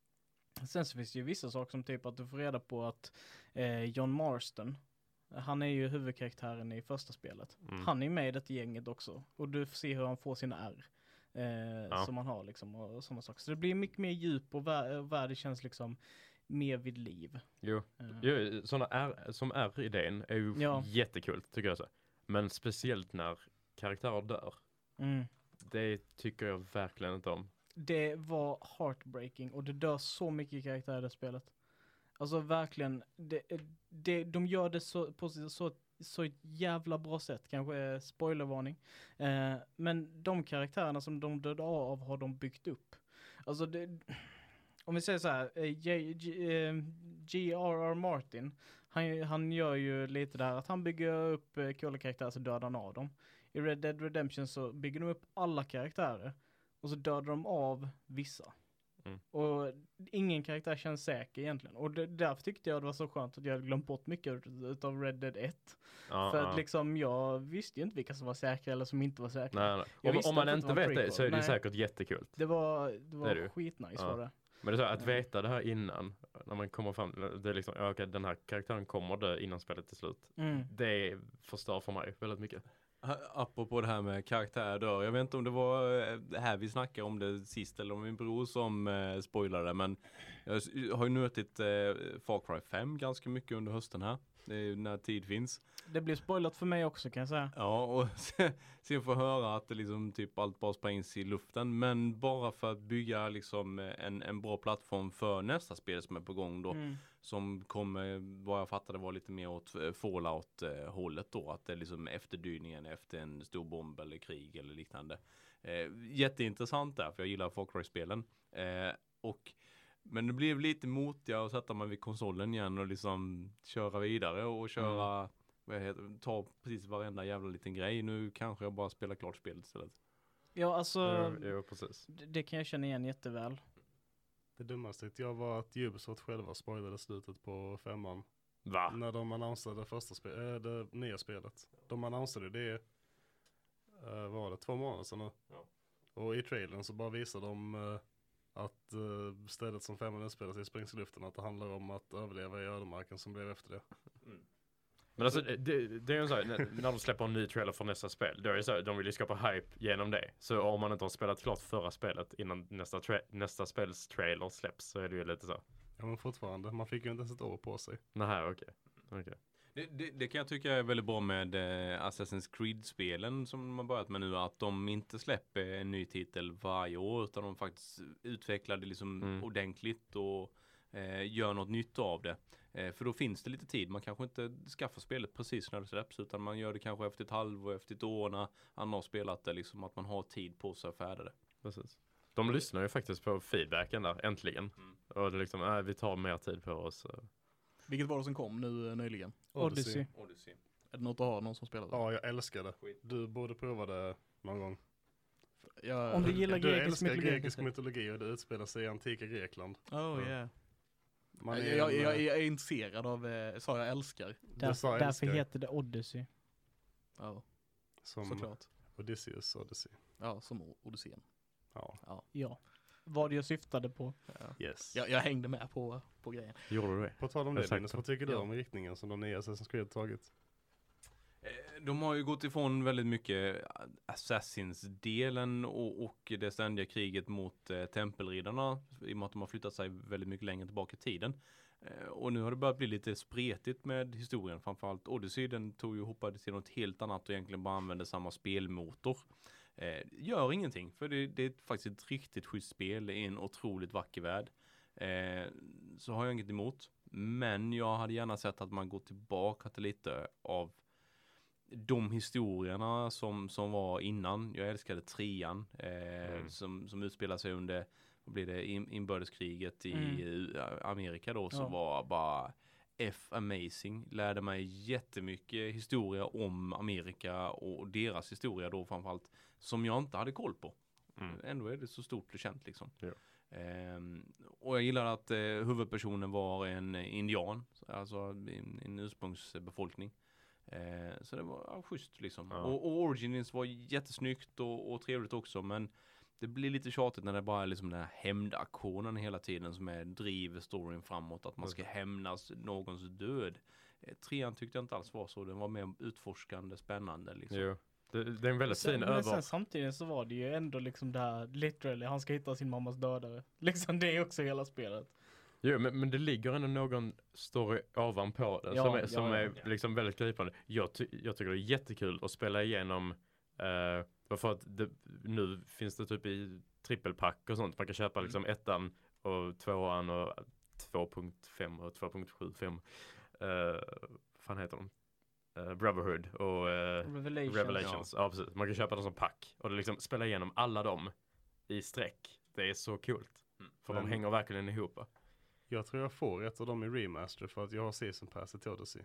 sen så finns det ju vissa saker som typ att du får reda på att eh, John Marston, han är ju huvudkaraktären i första spelet. Mm. Han är med i detta gänget också. Och du får se hur han får sina R. Eh, Ja. Som han har liksom och, och sådana saker. Så det blir mycket mer djup och vär- och världen känns liksom mer vid liv. Jo, Eh, jo sådana är, som är idén är ju Ja. jättekul tycker jag så. Men speciellt när karaktärer dör. mm. Det tycker jag verkligen inte om. Det var heartbreaking och det dör så mycket karaktärer i det spelet. Alltså verkligen, det, det, de gör det så, på så, så jävla bra sätt, kanske är spoilervarning. Eh, men de karaktärerna som de dödade av har de byggt upp. Alltså det, om vi säger så här, eh, J, J, eh, G R R Martin, han, han gör ju lite där att han bygger upp eh, coola karaktärer så dödar han av dem. I Red Dead Redemption så bygger de upp alla karaktärer och så dödar de av vissa. Mm. Och ingen karaktär känns säker egentligen. Och det, därför tyckte jag det var så skönt att jag hade glömt bort mycket ut- utav Red Dead ett. Ja, För ja. att liksom jag visste ju inte vilka som var säkra eller som inte var säkra. Nej, nej. Jag Om, visste om man att det inte var vet det prequel. så är det ju Nej. säkert jättekul. Det var, det Det var är det ju. skitnice Ja. var det. Men det är så att Ja. veta det här innan, när man kommer fram, det är liksom, ja, okej, den här karaktären kommer dö innan spelet är slut. Mm. Det förstör för mig väldigt mycket. Apropå det här med karaktär då. Jag vet inte om det var eh, det här vi snackade om det sist eller om min bror som eh, spoilade. Men jag s- har ju nötit eh, Far Cry fem ganska mycket under hösten här. Det är ju när tid finns. Det blev spoilat för mig också kan jag säga. Ja, och sen, sen får höra att det liksom typ allt bara sprängs i luften. Men bara för att bygga liksom en, en bra plattform för nästa spel som är på gång då. Mm. Som kommer, vad jag fattade var lite mer åt eh, Fallout-hållet då. Att det är liksom efterdyningen efter en stor bomb eller krig eller liknande. Eh, jätteintressant där, för jag gillar Far Cry-spelen. Eh, och, men det blev lite motigare att sätta mig vid konsolen igen och liksom köra vidare och köra, Mm. vad heter, ta precis varenda jävla liten grej. Nu kanske jag bara spelar klart spelet istället. Ja alltså, Jo, jo, precis. det, det kan jag känna igen jätteväl. Det dummaste tyckte jag var att Ubisoft själva spoilade slutet på femman. Va? När de annonserade det första spe- äh, det nya spelet. De annonserade det, uh, vad var det, två månader sedan nu. Ja. Och i trailern så bara visade de uh, Att uh, stället som femman utspelar sig i Sprängseluften, att det handlar om att överleva i ödemarken som blev efter det. Mm. Men alltså det, det är ju så här, när, när de släpper en ny trailer för nästa spel, då är det så här, de vill ju skapa hype genom det. Så om man inte har spelat klart förra spelet innan nästa, tra- nästa spels trailer släpps, så är det ju lite så. Ja, men fortfarande, man fick ju inte ens ett år på sig. Nej, okej. Okay. Okay. Det, det, det kan jag tycka är väldigt bra med eh, Assassin's Creed-spelen som de har börjat med nu, att de inte släpper en ny titel varje år, utan de faktiskt utvecklar det liksom Mm. ordentligt och eh, gör något nytt av det. Eh, för då finns det lite tid, man kanske inte skaffar spelet precis när det släpps, utan man gör det kanske efter ett halvår, efter ett år när andra har spelat det, liksom att man har tid på sig att färda det. Precis. De lyssnar ju faktiskt på feedbacken där, äntligen. Mm. Och det är liksom, äh, vi tar mer tid på oss. Vilket var det som kom nu eh, nyligen? Odyssey. Odyssey. Är det något att ha, någon som spelar det? Ja, jag älskar det. Skit. Du borde prova det någon gång. Jag, Om du gillar Du grekisk älskar mytologi. grekisk mytologi och det utspelar sig i antika Grekland. Oh yeah. Man Jag, är jag, en, jag, eh, jag är intresserad av, eh, sa jag älskar? sa Därför, jag därför älskar. heter det Odyssey. Ja, som såklart. Odysseus Odyssey. Ja, som O- Odysseen. Ja, Ja. Vad jag syftade på. Ja. yes. Jag, jag hängde med på, på grejen. Gjorde du det? På tal om det, Exakt. Linus, vad tycker du Ja. om riktningen som de nya Assassin's Creed tagit? Eh, De har ju gått ifrån väldigt mycket Assassins-delen och, och det ständiga kriget mot eh, tempelriddarna, i och med att de har flyttat sig väldigt mycket längre tillbaka i tiden. Eh, och nu har det börjat bli lite spretigt med historien, framförallt Odyssey, den tog ju hoppade till något helt annat och egentligen bara använde samma spelmotor. Eh, gör ingenting, för det, det är faktiskt ett riktigt schysst spel i en otroligt vacker värld. Eh, så har jag inget emot. Men jag hade gärna sett att man går tillbaka till lite av de historierna som, som var innan. Jag älskade trean eh, Mm. som, som utspelar sig under, vad blir det, in, inbördeskriget i Mm. eh, Amerika då, som Ja. var bara F amazing. Lärde mig jättemycket historia om Amerika och deras historia då framförallt, som jag inte hade koll på. Mm. Ändå är det så stort och känt liksom. Ja. Ehm, och jag gillar att eh, huvudpersonen var en indian, alltså en, en ursprungsbefolkning. Eh, så det var ja, schysst liksom. Ja. Och, och Origins var jättesnyggt och, och trevligt också, men det blir lite tjatigt när det bara är liksom den här hämndaktionen hela tiden som är driver storyn framåt, att man ska hämnas någons död. Eh, trean tyckte jag inte alls var så, den var mer utforskande, spännande liksom. Jo. Det, det är en väldigt Sen, fin men över... sen samtidigt så var det ju ändå liksom där literally, han ska hitta sin mammas dödare. Liksom det är också hela spelet. Jo, men, men det ligger ändå någon story ovanpå det Ja, som är, ja, som ja. är liksom väldigt gripande. Jag, ty- jag tycker det är jättekul att spela igenom eh, för att det, nu finns det typ i trippelpack och sånt. Man kan köpa liksom ettan och tvåan och två punkt fem och två punkt sjuttiofem. Eh, vad fan heter de? Eh, Brotherhood och eh, Revelations. Revelations. Ja. precis. Man kan köpa dem som pack och det liksom spela igenom alla dem i sträck. Det är så coolt. Mm. För Men- de hänger verkligen ihop. Jag tror jag får ett av dem i remaster för att jag har season pass till Odyssey.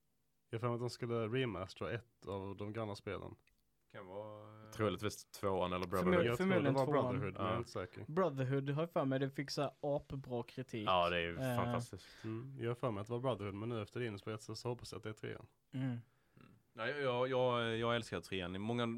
Jag får att de skulle remastera ett av de gamla spelen. Kan vara... Troligtvis tvåan eller Förmodligen- Brotherhood. Jag tror det förmodligen var tvåan. Brotherhood, men jag är Ja. inte säker. Brotherhood har jag för mig, det fick så här apbra kritik. Ja, det är ju Eh. fantastiskt. Mm, jag har för mig att det var Brotherhood, men nu efter din berättelse så hoppas jag att det är trean. Mm. Ja, jag, jag, jag älskar trean. Många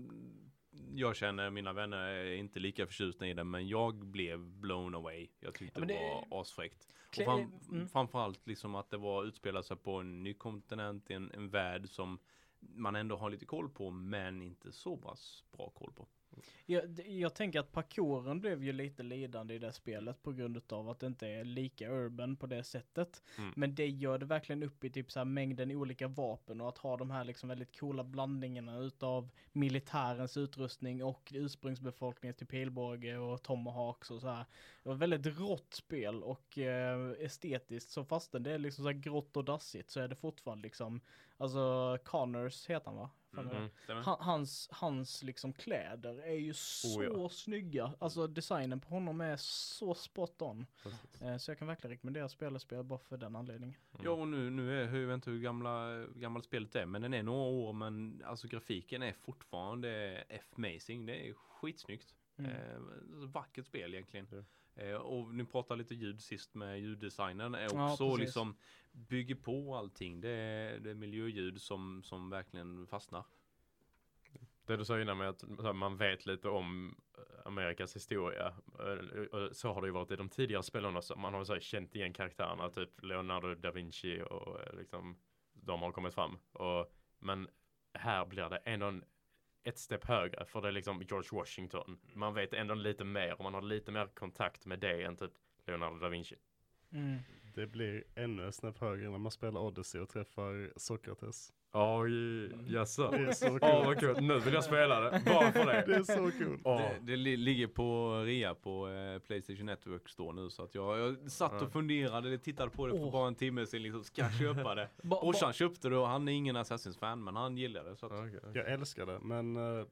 jag känner, mina vänner är inte lika förtjusta i den, men jag blev blown away. Jag tyckte Ja, men det, det- var asfräckt. Och Klä- fram, mm. framförallt liksom att det var utspelat sig på en ny kontinent, en, en värld som man ändå har lite koll på, men inte så pass bra koll på. Jag, d- jag tänker att parkouren blev ju lite lidande i det spelet på grund av att det inte är lika urban på det sättet. Mm. Men det gör det verkligen upp i typ så här mängden olika vapen och att ha de här liksom väldigt coola blandningarna utav militärens utrustning och ursprungsbefolkningens typ pilbåge och tomahawks och så här. Det var ett väldigt rått spel och eh, estetiskt, så fastän det är liksom så här grått och dassigt så är det fortfarande liksom, alltså Connors heter han va? Fan, Mm. Mm. Stämmer? Han, hans, hans liksom kläder är ju så Oh, ja. snygga. Alltså designen på honom är så spot on. Precis. Eh, så jag kan verkligen rekommendera spelspel bara för den anledningen. Mm. Ja, och nu, nu är, jag vet inte hur gamla, gammalt spelet är, men den är några år, men alltså grafiken är fortfarande F-amazing. Det är skitsnyggt. Mm. Eh, vackert spel egentligen. Ja. Eh, och ni pratade lite ljud sist med ljuddesignen. Är Ja, också precis. liksom bygger på allting. Det är, det är miljöljud som, som verkligen fastnar. det du sa innan med att så, man vet lite om Amerikas historia. Och så har det ju varit i de tidigare spelen också. Man har så här, känt igen karaktärerna, typ Leonardo da Vinci och liksom de har kommit fram. Och, men här blir det ändå en, ett steg högre, för det är liksom George Washington. Man vet ändå lite mer och man har lite mer kontakt med det än typ Leonardo da Vinci. Mm. Det blir ännu ett snäpp högre när man spelar Odyssey och träffar Sokrates. Oj, jaså. Det är så kul. Åh, vad kul. Nu vill jag spela det. Bara för det. Det är så kul. Åh. Det, det li- ligger på rea på eh, PlayStation Network Store nu, så att jag, jag satt och Ja. funderade, tittade på det för Åh. bara en timme sedan, liksom, ska jag köpa det? Ba- ba- Brorsan köpte det och han är ingen Assassin's-fan, men han gillar det. Så att, Okej. Jag älskar det, men uh,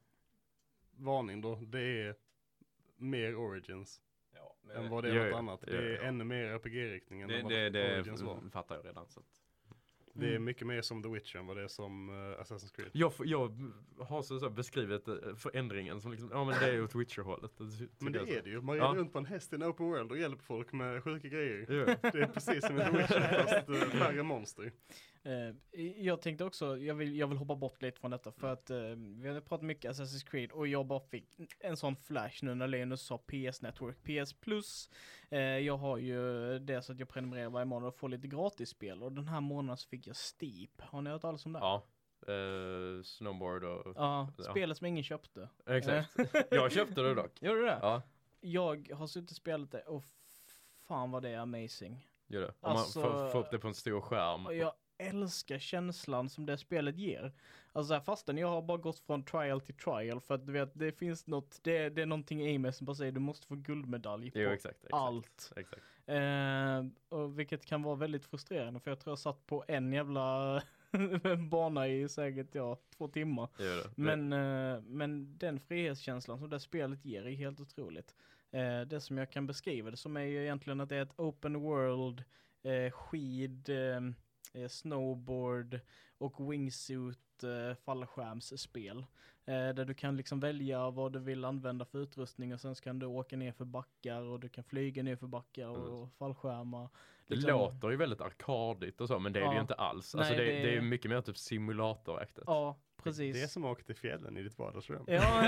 varning då, det är mer Origins ja, än vad det är Ja, något ja. annat. Ja, Det är ja. ännu mer R P G-riktning än det, vad det, det Origins var. f- fattar jag redan. Så att. Det är Mm. mycket mer som The Witcher än vad det är som uh, Assassin's Creed. Jag, f- jag har så, så beskrivit eh, förändringen som liksom, ja men det är ju åt Witcher-hållet. Det ty- Men det tycker jag är det ju. Man Ja. rider runt på en häst i en open world och hjälper folk med sjuka grejer. så. Ja. Det är precis som i The Witcher fast uh, färre monster. Eh, jag tänkte också, jag vill, jag vill hoppa bort lite från detta för att eh, vi har pratat mycket Assassin's Creed och jag bara fick en sån flash nu när Linus sa P S Network, P S Plus. Eh, jag har ju det så att jag prenumererar varje månad och får lite gratisspel och den här månaden så fick jag Steep. Har ni hört talas om det? Ja. Eh, snowboard och... Ja, Ja. spelet som ingen köpte. Exakt. Jag köpte det dock. Gjorde du det? Ja, Jag har suttit och spelat det och fan vad det är amazing. gör det. Om Alltså- man får, får upp det på en stor skärm. Och jag älskar känslan som det spelet ger. Alltså här, fastän jag har bara gått från trial till trial för att du vet, det finns något, det, det är någonting i mig som bara säger du måste få guldmedalj på Jo, exakt. exakt. allt. Exakt. Eh, och vilket kan vara väldigt frustrerande för jag tror jag satt på en jävla bana i säkert ja, två timmar. Gör det. Men, eh, men den frihetskänslan som det spelet ger är helt otroligt. Eh, det som jag kan beskriva det som är ju egentligen att det är ett open world eh, skid, eh, eh, snowboard och wingsuit eh, fallskärmsspel. Eh, där du kan liksom välja vad du vill använda för utrustning och sen kan du åka ner för backar och du kan flyga ner för backar och Mm. fallskärmar. Det Liksom- låter ju väldigt arkadigt och så, men det är det ju Ja. inte alls. Nej, Alltså det, det- det är ju mycket mer typ simulatoraktigt. Ja, precis. Det är som att åka till fjällen i ditt vardagsrum. Ja,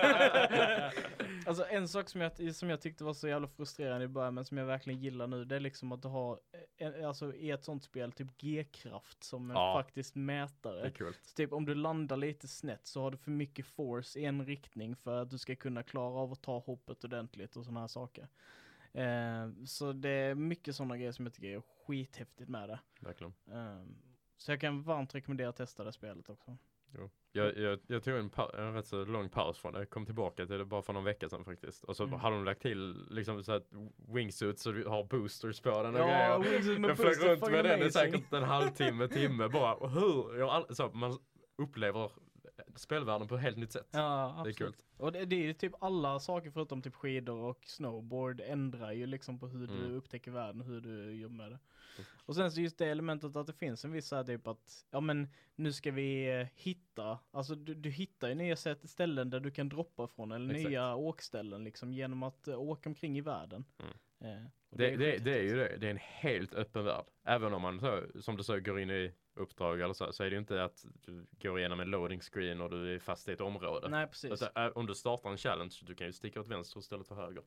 det... alltså en sak som jag, som jag tyckte var så jävla frustrerande i början men som jag verkligen gillar nu det är liksom att du har en, alltså i ett sånt spel typ G-kraft som en Ja. faktiskt mätare. Det är kul. Så typ om du landar lite snett så har du för mycket force i en riktning för att du ska kunna klara av att ta hoppet ordentligt och såna här saker. Eh, så det är mycket sådana grejer som jag tycker är skithäftigt med det. Verkligen. Eh, så jag kan varmt rekommendera att testa det spelet också. Jo. Jag, jag, jag tog en, pa- en rätt så lång paus från det. Jag kom tillbaka till det bara för någon vecka sedan faktiskt. Och så Mm. hade de lagt till liksom så att wingsuit så du har boosters på den och Ja, grejer. Wingsuit med Jag flög booster, runt fucking med den i amazing. säkert en halvtimme, timme bara. Och hur? Jag har all, så man upplever spelvärlden på ett helt nytt sätt. Ja, Det är absolut. kul. Och det, det är ju typ alla saker förutom typ skidor och snowboard ändrar ju liksom på hur du Mm. upptäcker världen, hur du jobbar med det. Och sen så just det elementet att det finns en viss så här typ att, ja men nu ska vi eh, hitta, alltså du, du hittar ju nya sätt, ställen där du kan droppa från eller Exakt. nya åkställen liksom genom att uh, åka omkring i världen. Mm. Eh, och Det, det, är det är ju skithäftigt. det. Det är en helt öppen värld. Även om man så, som du sa går in i uppdrag eller så, så är det ju inte att du går igenom en loading screen och du är fast i ett område. Nej, precis. Alltså, ä- om du startar en challenge, du kan ju sticka åt vänster istället för höger.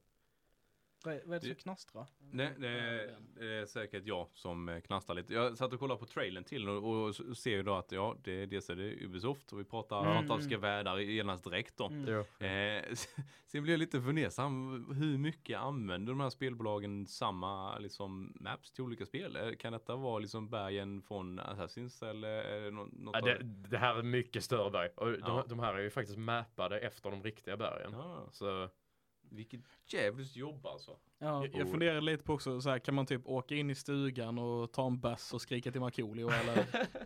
Vad är, vad är det som Det- knastrar? Nej, det är, det är säkert jag som eh, knastrar lite. Jag satt och kollade på trailern till och, och s- ser ju då att ja, det, dels är det Ubisoft och vi pratar Mm. fantastiska världar i genast direkt då. Mm. Jo. Eh, sen blir jag lite fundersam, hur mycket använder de här spelbolagen samma liksom maps till olika spel? Eh, Kan detta vara liksom bergen från Assassins eller är det nå- något Ja, av det, det här är mycket större berg. Och de, Ja. de här är ju faktiskt mappade efter de riktiga bergen. Ja, Så vilket jävligt jobb alltså. Ja. Jag, jag funderar lite på också, så här, kan man typ åka in i stugan och ta en bass och skrika till Markoolio eller?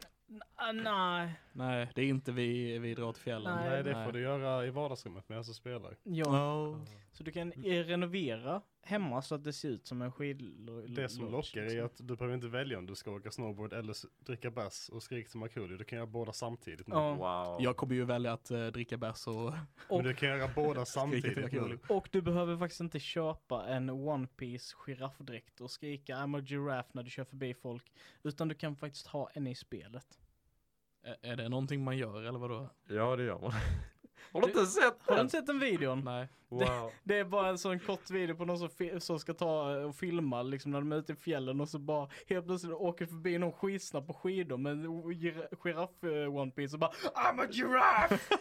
Ah, nej. Nej, det är inte vi, vi drar till fjällen. Nej, Nej, det får du göra i vardagsrummet medan du spelar. Ja. Ja. Så du kan eh, renovera hemma så att det ser ut som en skid. Det som lockar är att du behöver inte välja om du ska åka snowboard eller s- dricka bass och skrika till Markoolio. Du kan göra båda samtidigt nu. Ja. Wow. Jag kommer ju välja att uh, dricka bass och Och, Men du kan göra båda skrika till samtidigt nu. Markoolio. och du behöver faktiskt inte köpa en One Piece giraffdräkt och skrika I'm a giraffe när du kör förbi folk. Utan du kan faktiskt ha en i spelet. Är, är det någonting man gör eller vadå? ja, det gör man. Har du inte sett Har du den? inte sett den videon? Nej. Wow. Det är bara en sån kort video på någon som, fi- som ska ta och filma liksom när de är ute i fjällen och så bara helt plötsligt åker förbi någon skitsnabb på skidor med en gir- giraff uh, One Piece och bara I'm a giraffe!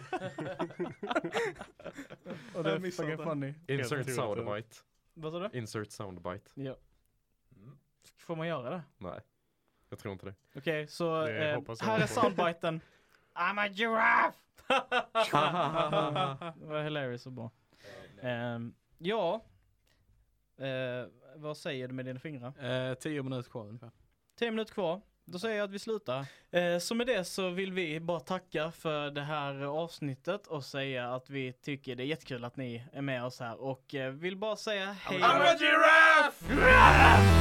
Och det Jag är missade fucking det. funny. Insert soundbite. Vad sa du? Insert soundbite. Ja. Får man göra det? Nej, jag tror inte det. Okej, så Det eh, hoppas jag här är man får. soundbiten. I'm a giraffe! Det var hilarious och bra. Ehm, ja. Eh, vad säger du med dina fingrar? Eh, tio minuter kvar ungefär. Tio minuter kvar. Då säger jag att vi slutar. Eh, så med det så vill vi bara tacka för det här avsnittet och säga att vi tycker det är jättekul att ni är med oss här och eh, vill bara säga hej. I'm a giraffe!